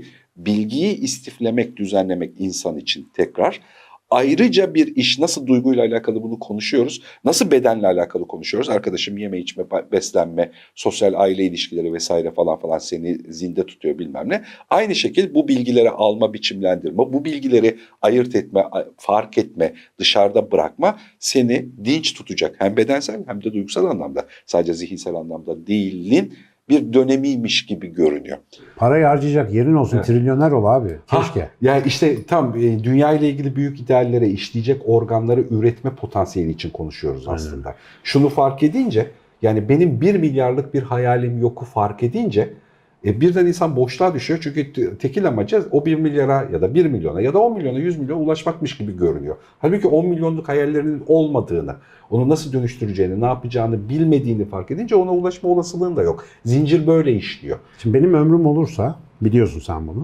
bilgiyi istiflemek, düzenlemek insan için tekrar ayrıca bir iş. Nasıl duyguyla alakalı bunu konuşuyoruz, nasıl bedenle alakalı konuşuyoruz. Arkadaşım yeme içme, beslenme, sosyal aile ilişkileri vesaire falan seni zinde tutuyor bilmem ne. Aynı şekilde bu bilgileri alma, biçimlendirme, bu bilgileri ayırt etme, fark etme, dışarıda bırakma seni dinç tutacak. Hem bedensel hem de duygusal anlamda, sadece zihinsel anlamda değilin bir dönemiymiş gibi görünüyor. Parayı harcayacak yerin olsun, Evet. Trilyoner ol abi. Keşke. Yani işte tam dünya ile ilgili büyük ideallere, işleyecek organları üretme potansiyeli için konuşuyoruz aslında. Şunu fark edince, yani benim 1 milyarlık bir hayalim yoku fark edince birden insan boşluğa düşüyor. Çünkü tekil amacı o 1 milyara ya da 1 milyona ya da 10 milyona 100 milyona ulaşmakmış gibi görünüyor. Halbuki 10 milyonluk hayallerinin olmadığını, onu nasıl dönüştüreceğini, ne yapacağını bilmediğini fark edince ona ulaşma olasılığın da yok. Zincir böyle işliyor. Şimdi benim ömrüm olursa, biliyorsun sen bunu.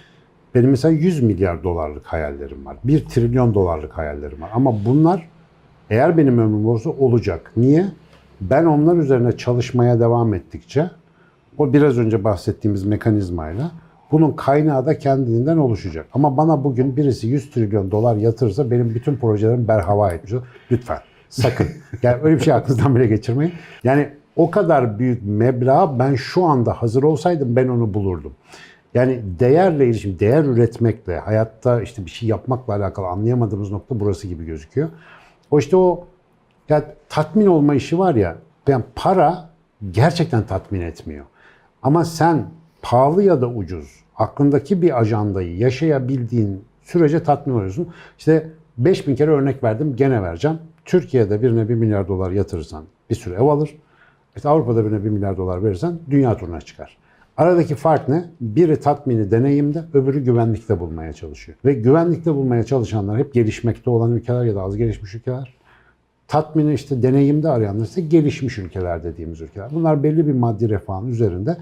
Benim mesela 100 milyar dolarlık hayallerim var. 1 trilyon dolarlık hayallerim var. Ama bunlar eğer benim ömrüm olursa olacak. Niye? Ben onlar üzerine çalışmaya devam ettikçe o biraz önce bahsettiğimiz mekanizmayla bunun kaynağı da kendiliğinden oluşacak. Ama bana bugün birisi 100 trilyon dolar yatırırsa benim bütün projelerim berhava etmiş olur. Lütfen sakın. Yani öyle bir şey aklınızdan bile geçirmeyin. Yani o kadar büyük meblağ ben şu anda hazır olsaydım ben onu bulurdum. Yani değerle ilişkim, değer üretmekle, hayatta işte bir şey yapmakla alakalı anlayamadığımız nokta burası gibi gözüküyor. O işte o ya tatmin olma işi var ya, yani para gerçekten tatmin etmiyor. Ama sen pahalı ya da ucuz aklındaki bir ajandayı yaşayabildiğin sürece tatmin oluyorsun. İşte 5000 kere örnek verdim, gene vereceğim. Türkiye'de birine 1 milyar dolar yatırırsan bir sürü ev alır. İşte Avrupa'da birine 1 milyar dolar verirsen dünya turuna çıkar. Aradaki fark ne? Biri tatmini deneyimde, öbürü güvenlikte bulmaya çalışıyor. Ve güvenlikte bulmaya çalışanlar hep gelişmekte olan ülkeler ya da az gelişmiş ülkeler. Tatmini işte deneyimde arayanlar ise gelişmiş ülkeler dediğimiz ülkeler. Bunlar belli bir maddi refahın üzerinde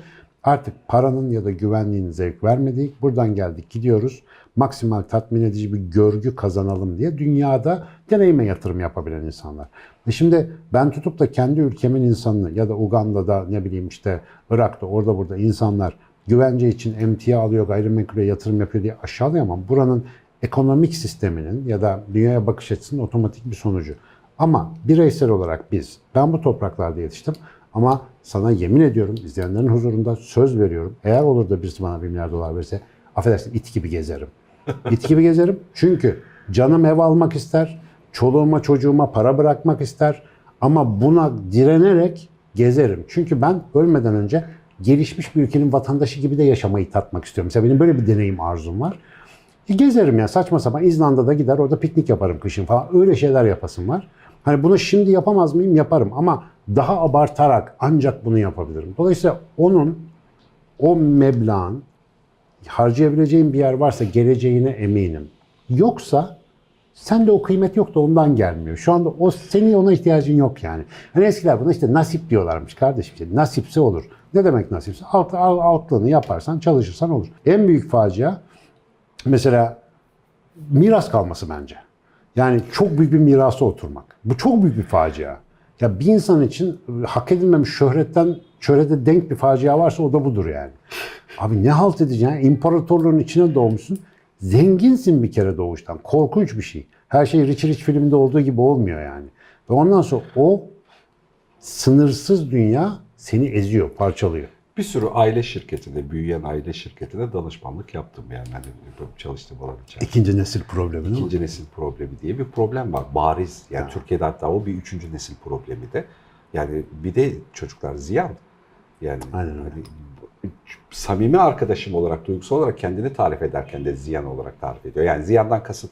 Artık paranın ya da güvenliğin zevk vermediği, buradan geldik gidiyoruz, maksimal tatmin edici bir görgü kazanalım diye dünyada deneyime yatırım yapabilen insanlar. Şimdi ben tutup da kendi ülkemin insanını ya da Uganda'da ne bileyim işte Irak'ta orada burada insanlar güvence için emtia alıyor, gayrimenkule yatırım yapıyor diye aşağılayamam. Buranın ekonomik sisteminin ya da dünyaya bakış açısının otomatik bir sonucu. Ama bireysel olarak ben bu topraklarda yetiştim ama sana yemin ediyorum, izleyenlerin huzurunda söz veriyorum. Eğer olur da birisi bana $1 milyar verirse, affedersin, it gibi gezerim. İt gibi gezerim çünkü canım ev almak ister, çoluğuma çocuğuma para bırakmak ister ama buna direnerek gezerim. Çünkü ben ölmeden önce gelişmiş bir ülkenin vatandaşı gibi de yaşamayı tatmak istiyorum. Mesela benim böyle bir deneyim arzum var. Gezerim ya, saçma sapan İzlanda'da gider orada piknik yaparım kışın falan. Öyle şeyler yapasım var. Hani bunu şimdi yapamaz mıyım? Yaparım ama daha abartarak ancak bunu yapabilirim. Dolayısıyla o meblağın harcayabileceğin bir yer varsa geleceğine eminim. Yoksa sende o kıymet yok da ondan gelmiyor. Şu anda senin ona ihtiyacın yok yani. Hani eskiler buna işte nasip diyorlarmış kardeşim. İşte nasipse olur. Ne demek nasipse? Altlığını yaparsan, çalışırsan olur. En büyük facia mesela miras kalması bence. Yani çok büyük bir mirasa oturmak. Bu çok büyük bir facia. Ya bir insan için hak edilmemiş şöhrete denk bir facia varsa o da budur yani. Abi ne halt edeceksin? İmparatorluğun içine doğmuşsun. Zenginsin bir kere doğuştan. Korkunç bir şey. Her şey Rich Rich filminde olduğu gibi olmuyor yani. Ve ondan sonra o sınırsız dünya seni eziyor, parçalıyor. Bir sürü aile şirketinde, büyüyen aile şirketine danışmanlık yaptım yani. Hani çalıştığım alan içerisinde. İkinci nesil problemi. İkinci nesil problemi diye bir problem var. Bariz. Yani Türkiye'de hatta o bir üçüncü nesil problemi de. Yani bir de çocuklar ziyan. Yani Aynen öyle. hani, samimi arkadaşım olarak, duygusal olarak kendini tarif ederken de ziyan olarak tarif ediyor. Yani ziyandan kasıt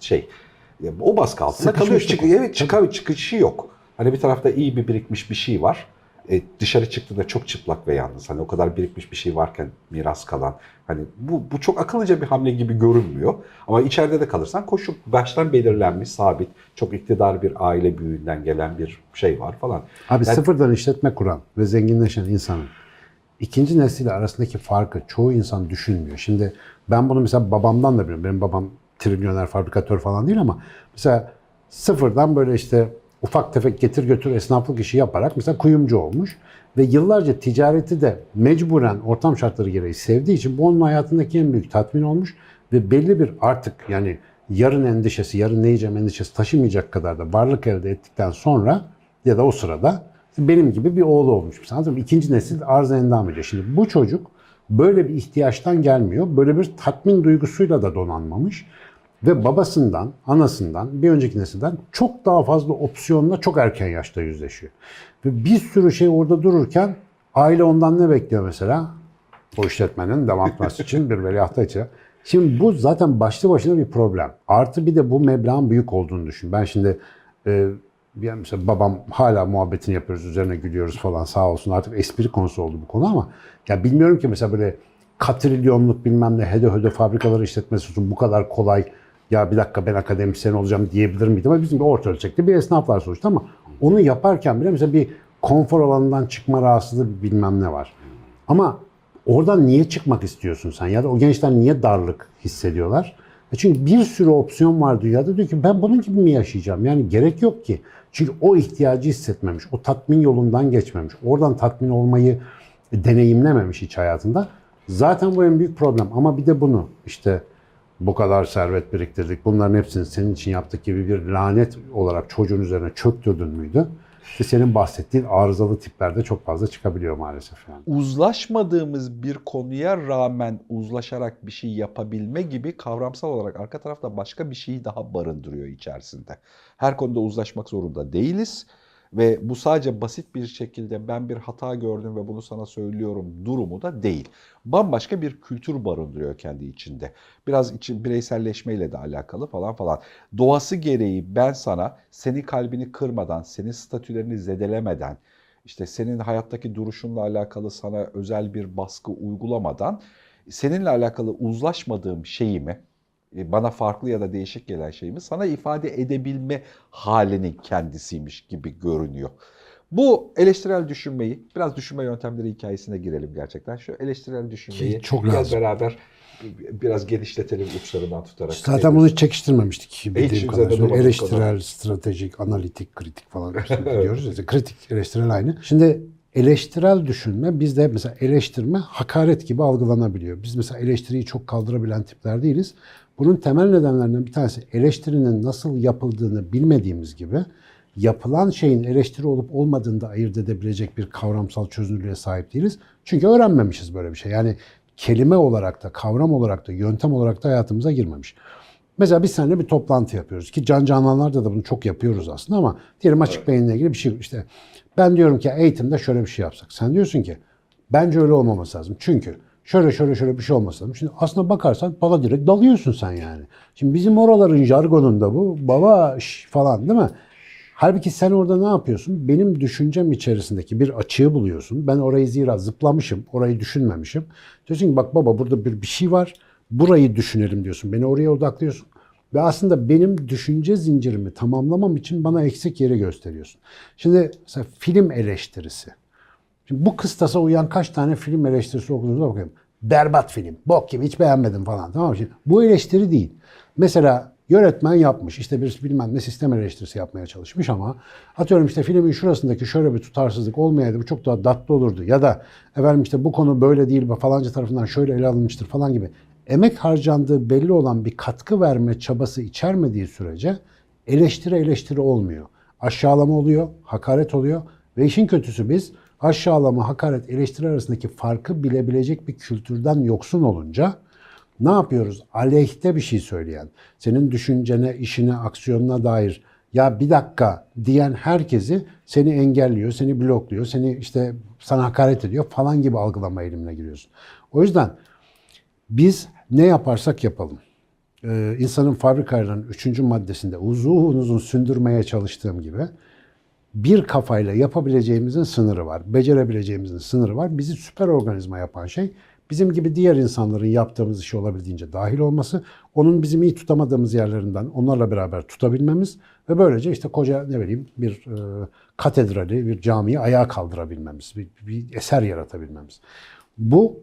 o baskı altında kalıyor. Çıkışı yok. Hani bir tarafta iyi bir birikmiş bir şey var. Dışarı çıktığında çok çıplak ve yalnız. Hani o kadar birikmiş bir şey varken miras kalan. Hani bu çok akıllıca bir hamle gibi görünmüyor. Ama içeride de kalırsan koşu baştan belirlenmiş, sabit, çok iktidar bir aile büyüğünden gelen bir şey var falan. Abi sıfırdan işletme kuran ve zenginleşen insanın ikinci nesille arasındaki farkı çoğu insan düşünmüyor. Şimdi ben bunu mesela babamdan da biliyorum. Benim babam trilyoner, fabrikatör falan değil ama mesela sıfırdan böyle işte ufak tefek getir götür esnaflık işi yaparak mesela kuyumcu olmuş. Ve yıllarca ticareti de mecburen ortam şartları gereği sevdiği için bu onun hayatındaki en büyük tatmin olmuş. Ve belli bir artık yani yarın endişesi, yarın ne yiyeceğim endişesi taşımayacak kadar da varlık elde ettikten sonra ya da o sırada benim gibi bir oğlu olmuş. Anladın mı? İkinci nesil arz-ı endam ediyor. Şimdi bu çocuk böyle bir ihtiyaçtan gelmiyor. Böyle bir tatmin duygusuyla da donanmamış. Ve babasından, anasından, bir önceki nesilden çok daha fazla opsiyonla çok erken yaşta yüzleşiyor. Ve bir sürü şey orada dururken aile ondan ne bekliyor mesela? O işletmenin devam etmesi için bir veliahta için. Şimdi bu zaten başlı başına bir problem. Artı bir de bu meblağın büyük olduğunu düşün. Ben şimdi yani mesela babam hala muhabbetini yapıyoruz, üzerine gülüyoruz falan sağ olsun. Artık espri konusu oldu bu konu ama ya bilmiyorum ki mesela böyle katrilyonluk bilmem ne hede fabrikaları işletmesi için bu kadar kolay. Ya bir dakika ben akademisyen olacağım diyebilir miydim? Ama bizim bir orta ölçekli bir esnaflar sonuçta ama onu yaparken bile mesela bir konfor alanından çıkma rahatsızlığı bilmem ne var. Ama oradan niye çıkmak istiyorsun sen? Ya da o gençler niye darlık hissediyorlar? Çünkü bir sürü opsiyon var dünyada. Diyor ki ben bunun gibi mi yaşayacağım? Yani gerek yok ki. Çünkü o ihtiyacı hissetmemiş. O tatmin yolundan geçmemiş. Oradan tatmin olmayı deneyimlememiş hiç hayatında. Zaten bu en büyük problem. Ama bir de bunu işte bu kadar servet biriktirdik. Bunların hepsini senin için yaptık gibi bir lanet olarak çocuğun üzerine çöktürdün müydü? İşte senin bahsettiğin arızalı tiplerde çok fazla çıkabiliyor maalesef yani. Uzlaşmadığımız bir konuya rağmen uzlaşarak bir şey yapabilme gibi kavramsal olarak arka tarafta başka bir şeyi daha barındırıyor içerisinde. Her konuda uzlaşmak zorunda değiliz. Ve bu sadece basit bir şekilde ben bir hata gördüm ve bunu sana söylüyorum durumu da değil. Bambaşka bir kültür barındırıyor kendi içinde. Biraz bireyselleşmeyle de alakalı falan falan. Doğası gereği ben sana senin kalbini kırmadan, senin statülerini zedelemeden, işte senin hayattaki duruşunla alakalı sana özel bir baskı uygulamadan seninle alakalı uzlaşmadığım şeyimi, bana farklı ya da değişik gelen şeyimi sana ifade edebilme halinin kendisiymiş gibi görünüyor. Bu eleştirel düşünmeyi, biraz düşünme yöntemleri hikayesine girelim gerçekten. Şu eleştirel düşünmeyi Ki çok Gel lazım. beraber biraz genişletelim uçlarından tutarak. Zaten bunu hiç çekiştirmemiştik bildiğim üzerinde kadarıyla. durmadık Eleştirel, stratejik, analitik, kritik falan diyoruz. İşte kritik, eleştirel aynı. Şimdi eleştirel düşünme bizde mesela eleştirme hakaret gibi algılanabiliyor. Biz mesela eleştiriyi çok kaldırabilen tipler değiliz. Bunun temel nedenlerinden bir tanesi eleştirinin nasıl yapıldığını bilmediğimiz gibi yapılan şeyin eleştiri olup olmadığını da ayırt edebilecek bir kavramsal çözünürlüğe sahip değiliz. Çünkü öğrenmemişiz böyle bir şey. Yani kelime olarak da, kavram olarak da, yöntem olarak da hayatımıza girmemiş. Mesela biz seninle bir toplantı yapıyoruz ki Can Cananlar'da da bunu çok yapıyoruz aslında ama diyelim açık beyinle ilgili bir şey işte ben diyorum ki eğitimde şöyle bir şey yapsak. Sen diyorsun ki bence öyle olmaması lazım. Çünkü şöyle bir şey olması lazım. Şimdi aslına bakarsan bana direkt dalıyorsun sen yani. Şimdi bizim oraların jargonunda bu baba falan değil mi? Halbuki sen orada ne yapıyorsun? Benim düşüncem içerisindeki bir açığı buluyorsun. Ben orayı zira zıplamışım, orayı düşünmemişim. Diyorsun ki bak baba burada bir şey var. Burayı düşünelim diyorsun. Beni oraya odaklıyorsun. Ve aslında benim düşünce zincirimi tamamlamam için bana eksik yeri gösteriyorsun. Şimdi mesela film eleştirisi. Şimdi bu kıstasa uyan kaç tane film eleştirisi okuduğunuza bakayım. Berbat film, bok gibi hiç beğenmedim falan. Tamam mı? Şimdi bu eleştiri değil. Mesela yönetmen yapmış, işte bir bilmem ne sistem eleştirisi yapmaya çalışmış ama atıyorum işte filmin şurasındaki şöyle bir tutarsızlık olmayaydı bu çok daha tatlı olurdu. Ya da efendim işte bu konu böyle değil falanca tarafından şöyle ele alınmıştır falan gibi. Emek harcandığı belli olan bir katkı verme çabası içermediği sürece eleştiri olmuyor. Aşağılama oluyor, hakaret oluyor ve işin kötüsü biz aşağılama, hakaret, eleştiri arasındaki farkı bilebilecek bir kültürden yoksun olunca ne yapıyoruz? Aleyhte bir şey söyleyen, senin düşüncene, işine, aksiyonuna dair ya bir dakika diyen herkesi seni engelliyor, seni blokluyor, seni işte sana hakaret ediyor falan gibi algılama eğilimine giriyorsun. O yüzden biz ne yaparsak yapalım. İnsanın fabrikalarının 3. maddesinde uzun sündürmeye çalıştığım gibi bir kafayla yapabileceğimizin sınırı var. Becerebileceğimizin sınırı var. Bizi süper organizma yapan şey bizim gibi diğer insanların yaptığımız işi olabildiğince dahil olması, onun bizim iyi tutamadığımız yerlerinden onlarla beraber tutabilmemiz ve böylece işte koca ne bileyim bir katedrali, bir camiyi ayağa kaldırabilmemiz, bir eser yaratabilmemiz. Bu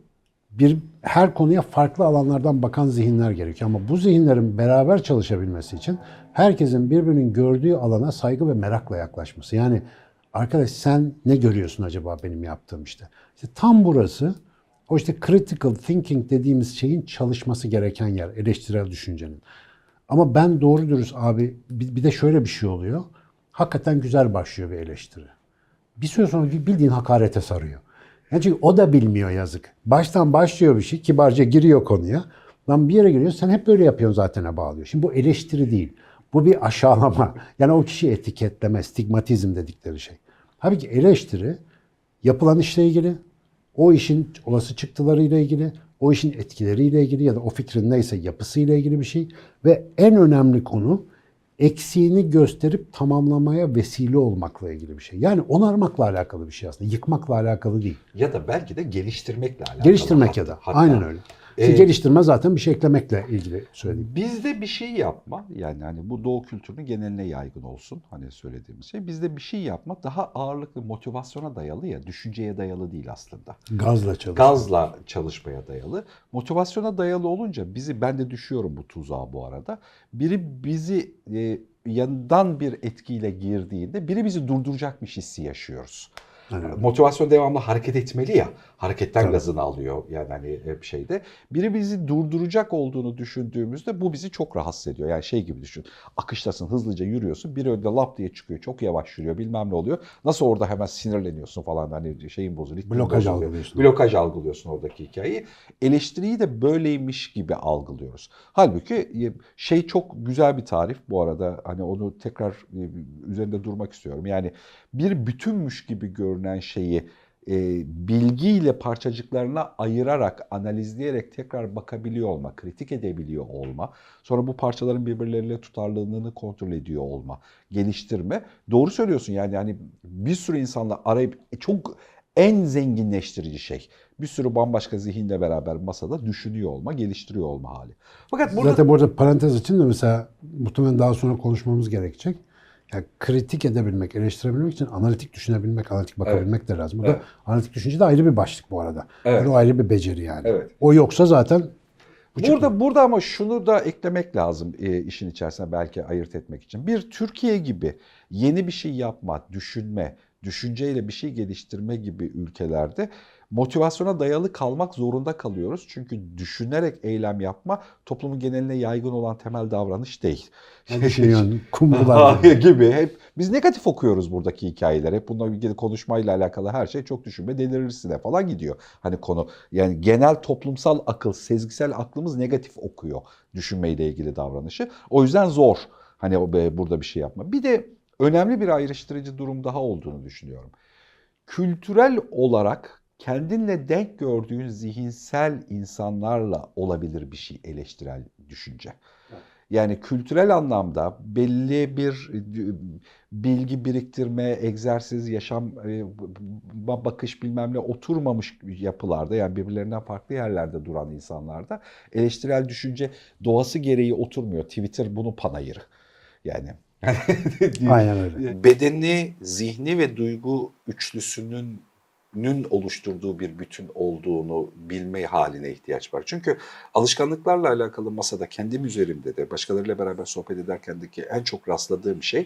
her konuya farklı alanlardan bakan zihinler gerekiyor. Ama bu zihinlerin beraber çalışabilmesi için herkesin birbirinin gördüğü alana saygı ve merakla yaklaşması. Yani arkadaş sen ne görüyorsun acaba benim yaptığım işte? İşte tam burası o işte critical thinking dediğimiz şeyin çalışması gereken yer, eleştirel düşüncenin. Ama ben doğru dürüst abi bir de şöyle bir şey oluyor. Hakikaten güzel başlıyor bir eleştiri. Bir süre sonra bildiğin hakarete sarıyor. Yani çünkü o da bilmiyor yazık. Baştan başlıyor bir şey, kibarca giriyor konuya. Lan bir yere giriyor, sen hep böyle yapıyorsun zaten'e bağlıyor. Şimdi bu eleştiri değil. Bu bir aşağılama. Yani o kişi etiketleme, stigmatizm dedikleri şey. Halbuki eleştiri yapılan işle ilgili, o işin olası çıktılarıyla ilgili, o işin etkileriyle ilgili ya da o fikrin neyse yapısıyla ilgili bir şey. Ve en önemli konu eksiğini gösterip tamamlamaya vesile olmakla ilgili bir şey. Yani onarmakla alakalı bir şey aslında. Yıkmakla alakalı değil. Ya da belki de geliştirmekle alakalı. Geliştirmek ya da. Aynen öyle. Geliştirme zaten bir şey eklemekle ilgili söyleyeyim. Bizde bir şey yapma, yani hani bu Doğu kültürünün geneline yaygın olsun hani söylediğimiz şey. Bizde bir şey yapma daha ağırlıklı motivasyona dayalı ya, düşünceye dayalı değil aslında. Gazla çalışıyor. Gazla çalışmaya dayalı. Motivasyona dayalı olunca ben de düşüyorum bu tuzağa bu arada. Biri bizi yandan bir etkiyle girdiğinde biri bizi durduracakmış hissi yaşıyoruz. Evet. Motivasyon devamlı hareket etmeli ya. Hareketten Tabii. gazını alıyor yani hani hep şeyde. Biri bizi durduracak olduğunu düşündüğümüzde bu bizi çok rahatsız ediyor. Yani şey gibi düşün. Akıştasın, hızlıca yürüyorsun. Biri önde lap diye çıkıyor. Çok yavaş yürüyor. Bilmem ne oluyor. Nasıl orada hemen sinirleniyorsun falan hani şeyin bozuluyor. Blokaj algılıyorsun. Blokaj algılıyorsun oradaki hikayeyi. Eleştiriyi de böyleymiş gibi algılıyoruz. Halbuki şey çok güzel bir tarif bu arada. Hani onu tekrar üzerinde durmak istiyorum. Yani bir bütünmüş gibi görünen şeyi bilgiyle parçacıklarına ayırarak, analizleyerek tekrar bakabiliyor olma, kritik edebiliyor olma, sonra bu parçaların birbirleriyle tutarlılığını kontrol ediyor olma, geliştirme. Doğru söylüyorsun yani hani bir sürü insanla arayıp çok en zenginleştirici şey. Bir sürü bambaşka zihinle beraber masada düşünüyor olma, geliştiriyor olma hali. Fakat burada... Zaten bu arada parantez için de mesela muhtemelen daha sonra konuşmamız gerekecek. Yani kritik edebilmek, eleştirebilmek için analitik düşünebilmek, analitik bakabilmek de lazım. Bu Evet. da analitik düşünce de ayrı bir başlık bu arada. Evet. O ayrı bir beceri yani. Evet. O yoksa zaten Burada ama şunu da eklemek lazım işin içerisine belki ayırt etmek için. Bir Türkiye gibi yeni bir şey yapma, düşünme, düşünceyle bir şey geliştirme gibi ülkelerde motivasyona dayalı kalmak zorunda kalıyoruz. Çünkü düşünerek eylem yapma toplumun geneline yaygın olan temel davranış değil. ne düşünüyorsun? Kumrular gibi. gibi. Hep biz negatif okuyoruz buradaki hikayeler. Hep bununla ilgili konuşmayla alakalı her şey çok düşünme delirirsin falan gidiyor. Hani konu yani genel toplumsal akıl, sezgisel aklımız negatif okuyor düşünmeyle ilgili davranışı. O yüzden zor. Hani burada bir şey yapma. Bir de önemli bir ayrıştırıcı durum daha olduğunu düşünüyorum. Kültürel olarak kendinle denk gördüğün zihinsel insanlarla olabilir bir şey eleştirel düşünce. Yani kültürel anlamda belli bir bilgi biriktirme, egzersiz, yaşam bakış bilmem ne oturmamış yapılarda yani birbirlerinden farklı yerlerde duran insanlarda eleştirel düşünce doğası gereği oturmuyor. Twitter bunun panayırı. Yani Aynen öyle. Bedeni, zihni ve duygu üçlüsünün oluşturduğu bir bütün olduğunu bilme haline ihtiyaç var. Çünkü alışkanlıklarla alakalı masada kendim üzerimde de başkalarıyla beraber sohbet ederkendeki en çok rastladığım şey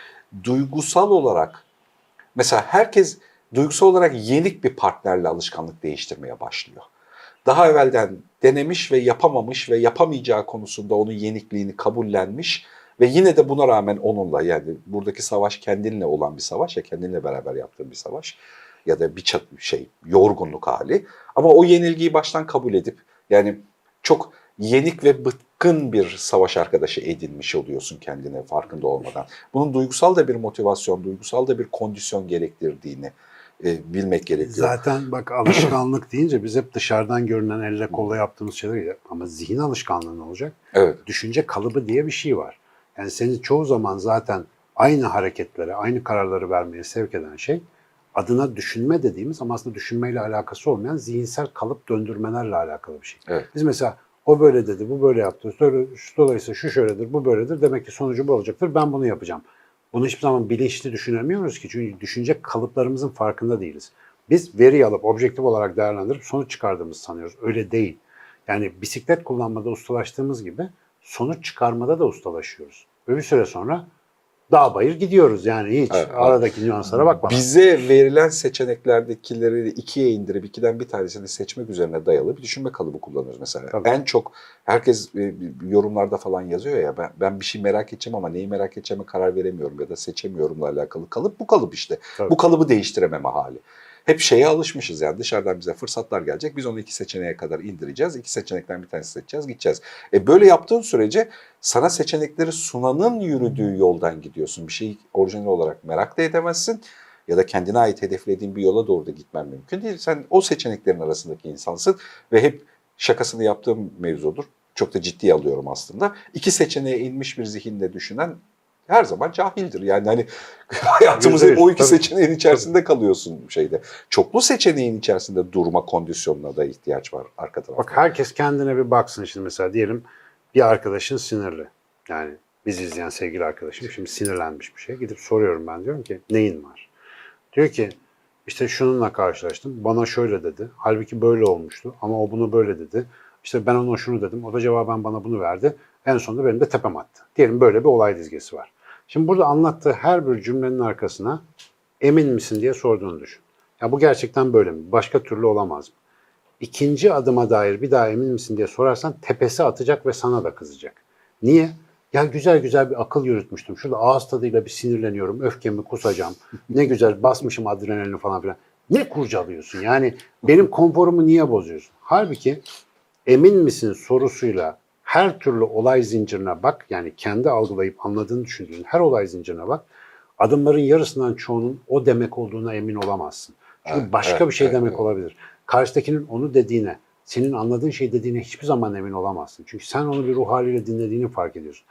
duygusal olarak mesela herkes duygusal olarak yenik bir partnerle alışkanlık değiştirmeye başlıyor. Daha evvelden denemiş ve yapamamış ve yapamayacağı konusunda onun yenikliğini kabullenmiş ve yine de buna rağmen onunla yani buradaki savaş kendinle olan bir savaş ya kendinle beraber yaptığın bir savaş ya da bir yorgunluk hali. Ama o yenilgiyi baştan kabul edip yani çok yenik ve bıkkın bir savaş arkadaşı edinmiş oluyorsun kendine farkında olmadan. Bunun duygusal da bir motivasyon, duygusal da bir kondisyon gerektirdiğini bilmek gerekiyor. Zaten bak alışkanlık deyince biz hep dışarıdan görünen elle kolla yaptığımız şeyler ya. Ama zihin alışkanlığı ne olacak? Evet. Düşünce kalıbı diye bir şey var. Yani seni çoğu zaman zaten aynı hareketlere, aynı kararları vermeye sevk eden şey adına düşünme dediğimiz ama aslında düşünmeyle alakası olmayan zihinsel kalıp döndürmelerle alakalı bir şey. Evet. Biz mesela o böyle dedi, bu böyle yaptı. Dolayısıyla şu şöyledir, bu böyledir. Demek ki sonucu bu olacaktır. Ben bunu yapacağım. Bunu hiçbir zaman bilinçli düşünemiyoruz ki. Çünkü düşünce kalıplarımızın farkında değiliz. Biz veri alıp objektif olarak değerlendirip sonuç çıkardığımızı sanıyoruz. Öyle değil. Yani bisiklet kullanmada ustalaştığımız gibi sonuç çıkarmada da ustalaşıyoruz. Ve bir süre sonra dağ bayır gidiyoruz. Yani hiç aradaki nüanslara bakmadan. Bize verilen seçeneklerdekileri ikiye indirip ikiden bir tanesini seçmek üzerine dayalı bir düşünme kalıbı kullanıyoruz mesela. Tabii. En çok herkes yorumlarda falan yazıyor ya ben bir şey merak edeceğim ama neyi merak edeceğime karar veremiyorum ya da seçemiyorumla alakalı kalıp bu kalıp işte. Tabii. Bu kalıbı değiştirememe hali. Hep şeye alışmışız yani dışarıdan bize fırsatlar gelecek. Biz onu iki seçeneğe kadar indireceğiz. İki seçenekten bir tanesi seçeceğiz, gideceğiz. Böyle yaptığın sürece sana seçenekleri sunanın yürüdüğü yoldan gidiyorsun. Bir şeyi orijinal olarak merak da edemezsin. Ya da kendine ait hedeflediğin bir yola doğru da gitmen mümkün değil. Sen o seçeneklerin arasındaki insansın ve hep şakasını yaptığım mevzudur. Çok da ciddiye alıyorum aslında. İki seçeneğe inmiş bir zihinle düşünen her zaman cahildir. Yani hani hayatımız hep o iki Tabii. seçeneğin içerisinde kalıyorsun şeyde. Çoklu seçeneğin içerisinde durma kondisyonuna da ihtiyaç var arka tarafta. Bak herkes kendine bir baksın şimdi mesela diyelim bir arkadaşın sinirli. Yani bizi izleyen sevgili arkadaşım şimdi sinirlenmiş bir şey. Gidip soruyorum ben diyorum ki neyin var? Diyor ki işte şununla karşılaştım. Bana şöyle dedi. Halbuki böyle olmuştu ama o bunu böyle dedi. İşte ben ona şunu dedim. O da cevaben bana bunu verdi. En sonunda benim de tepem attı. Diyelim böyle bir olay dizgesi var. Şimdi burada anlattığı her bir cümlenin arkasına emin misin diye sorduğunu düşün. Ya bu gerçekten böyle mi? Başka türlü olamaz mı? İkinci adıma dair bir daha emin misin diye sorarsan tepesi atacak ve sana da kızacak. Niye? Ya güzel güzel bir akıl yürütmüştüm. Şurada ağız tadıyla bir sinirleniyorum. Öfkemi kusacağım. Ne güzel basmışım adrenalini falan filan. Ne kurcalıyorsun? Yani benim konforumu niye bozuyorsun? Halbuki emin misin sorusuyla her türlü olay zincirine bak. Yani kendi algılayıp anladığını düşündüğün her olay zincirine bak. Adımların yarısından çoğunun o demek olduğuna emin olamazsın. Çünkü başka bir şey demek olabilir. Karşıdakinin onu dediğine, senin anladığın şey dediğine hiçbir zaman emin olamazsın. Çünkü sen onu bir ruh haliyle dinlediğini fark ediyorsun.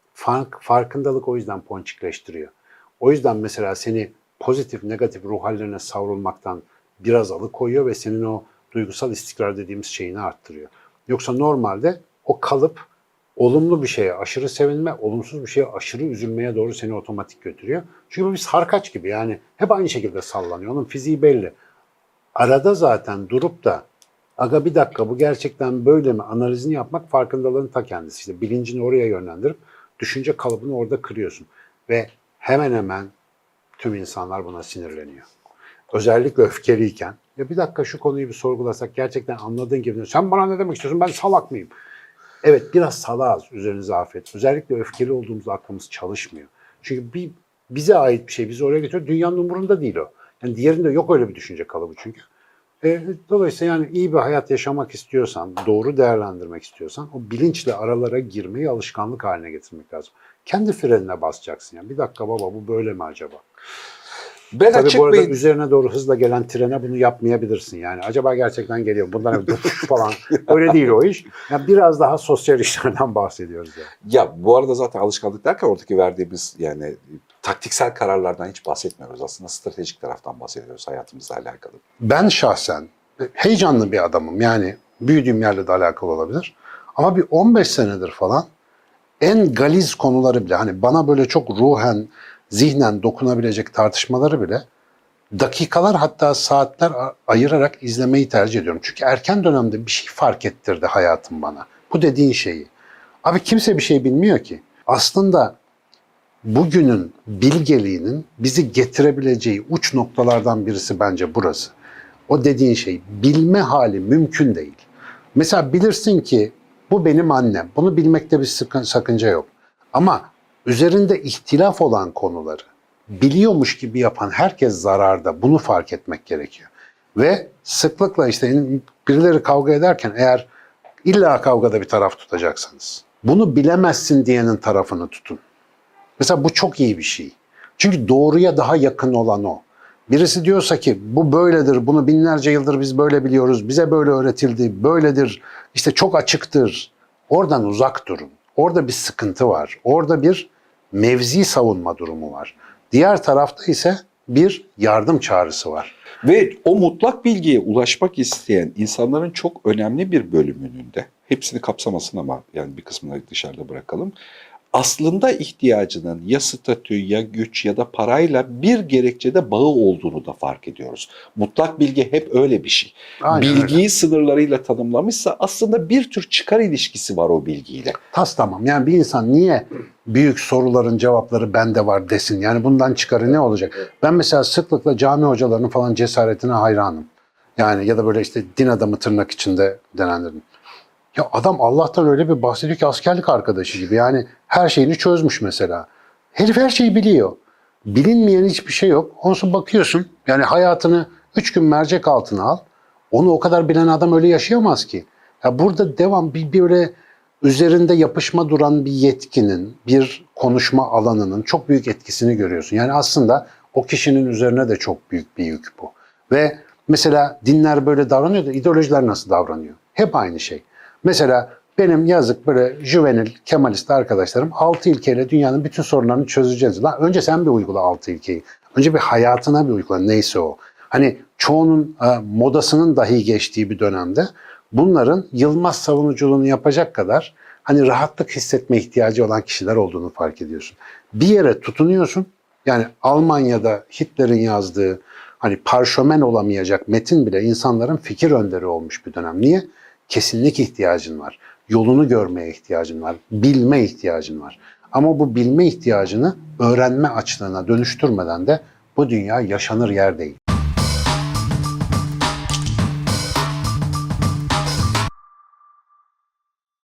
Farkındalık o yüzden ponçikleştiriyor. O yüzden mesela seni pozitif, negatif ruh hallerine savrulmaktan biraz alıkoyuyor ve senin o duygusal istikrar dediğimiz şeyini arttırıyor. Yoksa normalde o kalıp olumlu bir şeye aşırı sevinme, olumsuz bir şeye aşırı üzülmeye doğru seni otomatik götürüyor. Çünkü bu bir sarkaç gibi, yani hep aynı şekilde sallanıyor. Onun fiziği belli. Arada zaten durup da aga bir dakika bu gerçekten böyle mi analizini yapmak farkındalığın ta kendisi. İşte bilincini oraya yönlendirip düşünce kalıbını orada kırıyorsun. Ve hemen hemen tüm insanlar buna sinirleniyor. Özellikle öfkeliyken ya bir dakika şu konuyu bir sorgulasak gerçekten anladığın gibi. Sen bana ne demek istiyorsun? Ben salak mıyım? Evet, biraz salağız, üzerinize afiyet. Özellikle öfkeli olduğumuzda aklımız çalışmıyor. Çünkü bize ait bir şey bizi oraya getiriyor. Dünyanın umurunda değil o. Yani diğerinde yok öyle bir düşünce kalıbı çünkü. Dolayısıyla yani iyi bir hayat yaşamak istiyorsan, doğru değerlendirmek istiyorsan o bilinçle aralara girmeyi alışkanlık haline getirmek lazım. Kendi frenine basacaksın. Yani bir dakika baba bu böyle mi acaba? Ben Tabii açık bu arada bir üzerine doğru hızla gelen trene bunu yapmayabilirsin. Yani acaba gerçekten geliyor mu? Bundan falan. Öyle değil o iş. Yani biraz daha sosyal işlerden bahsediyoruz yani. ya bu arada zaten alışkanlık derken oradaki verdiğimiz yani taktiksel kararlardan hiç bahsetmiyoruz. Aslında stratejik taraftan bahsediyoruz hayatımızla alakalı. Ben şahsen heyecanlı bir adamım. Yani büyüdüğüm yerle de alakalı olabilir. Ama bir 15 senedir falan en galiz konuları bile hani bana böyle çok ruhen, zihnen dokunabilecek tartışmaları bile dakikalar hatta saatler ayırarak izlemeyi tercih ediyorum. Çünkü erken dönemde bir şey fark ettirdi hayatım bana. Bu dediğin şeyi. Abi kimse bir şey bilmiyor ki. Aslında bugünün bilgeliğinin bizi getirebileceği uç noktalardan birisi bence burası. O dediğin şey bilme hali mümkün değil. Mesela bilirsin ki bu benim annem. Bunu bilmekte bir sakınca yok. Ama üzerinde ihtilaf olan konuları biliyormuş gibi yapan herkes zararda. Bunu fark etmek gerekiyor. Ve sıklıkla işte birileri kavga ederken eğer illa kavgada bir taraf tutacaksanız bunu bilemezsin diyenin tarafını tutun. Mesela bu çok iyi bir şey. Çünkü doğruya daha yakın olan o. Birisi diyorsa ki bu böyledir, bunu binlerce yıldır biz böyle biliyoruz, bize böyle öğretildi, böyledir, işte çok açıktır. Oradan uzak durun. Orada bir sıkıntı var. Orada bir mevzi savunma durumu var. Diğer tarafta ise bir yardım çağrısı var. Ve o mutlak bilgiye ulaşmak isteyen insanların çok önemli bir bölümünün de, hepsini kapsamasın ama yani bir kısmını dışarıda bırakalım, aslında ihtiyacının ya statü ya güç ya da parayla bir gerekçede bağı olduğunu da fark ediyoruz. Mutlak bilgi hep öyle bir şey. Aynen Bilgiyi öyle. sınırlarıyla tanımlamışsa aslında bir tür çıkar ilişkisi var o bilgiyle. Tamam. Yani bir insan niye büyük soruların cevapları bende var desin? Yani bundan çıkarı ne olacak? Ben mesela sıklıkla cami hocalarının falan cesaretine hayranım. Yani ya da böyle işte din adamı tırnak içinde denenlerin. Ya adam Allah'tan öyle bir bahsediyor ki askerlik arkadaşı gibi. Yani her şeyini çözmüş mesela. Herif her şeyi biliyor. Bilinmeyen hiçbir şey yok. Ondan bakıyorsun yani hayatını 3 gün mercek altına al. Onu o kadar bilen adam öyle yaşayamaz ki. Ya burada devam bir böyle üzerinde yapışma duran bir yetkinin, bir konuşma alanının çok büyük etkisini görüyorsun. Yani aslında o kişinin üzerine de çok büyük bir yük bu. Ve mesela dinler böyle davranıyor da ideolojiler nasıl davranıyor? Hep aynı şey. Mesela benim yazık böyle juvenil, kemalist arkadaşlarım 6 ilkeyle dünyanın bütün sorunlarını çözeceğiz. Lan önce sen bir uygula 6 ilkeyi. Önce bir hayatına bir uygula neyse o. Hani çoğunun modasının dahi geçtiği bir dönemde bunların Yılmaz savunuculuğunu yapacak kadar hani rahatlık hissetme ihtiyacı olan kişiler olduğunu fark ediyorsun. Bir yere tutunuyorsun. Yani Almanya'da Hitler'in yazdığı hani parşömen olamayacak metin bile insanların fikir önderi olmuş bir dönem. Niye? Kesinlik ihtiyacın var. Yolunu görmeye ihtiyacın var. Bilme ihtiyacın var. Ama bu bilme ihtiyacını öğrenme açlığına dönüştürmeden de bu dünya yaşanır yer değil.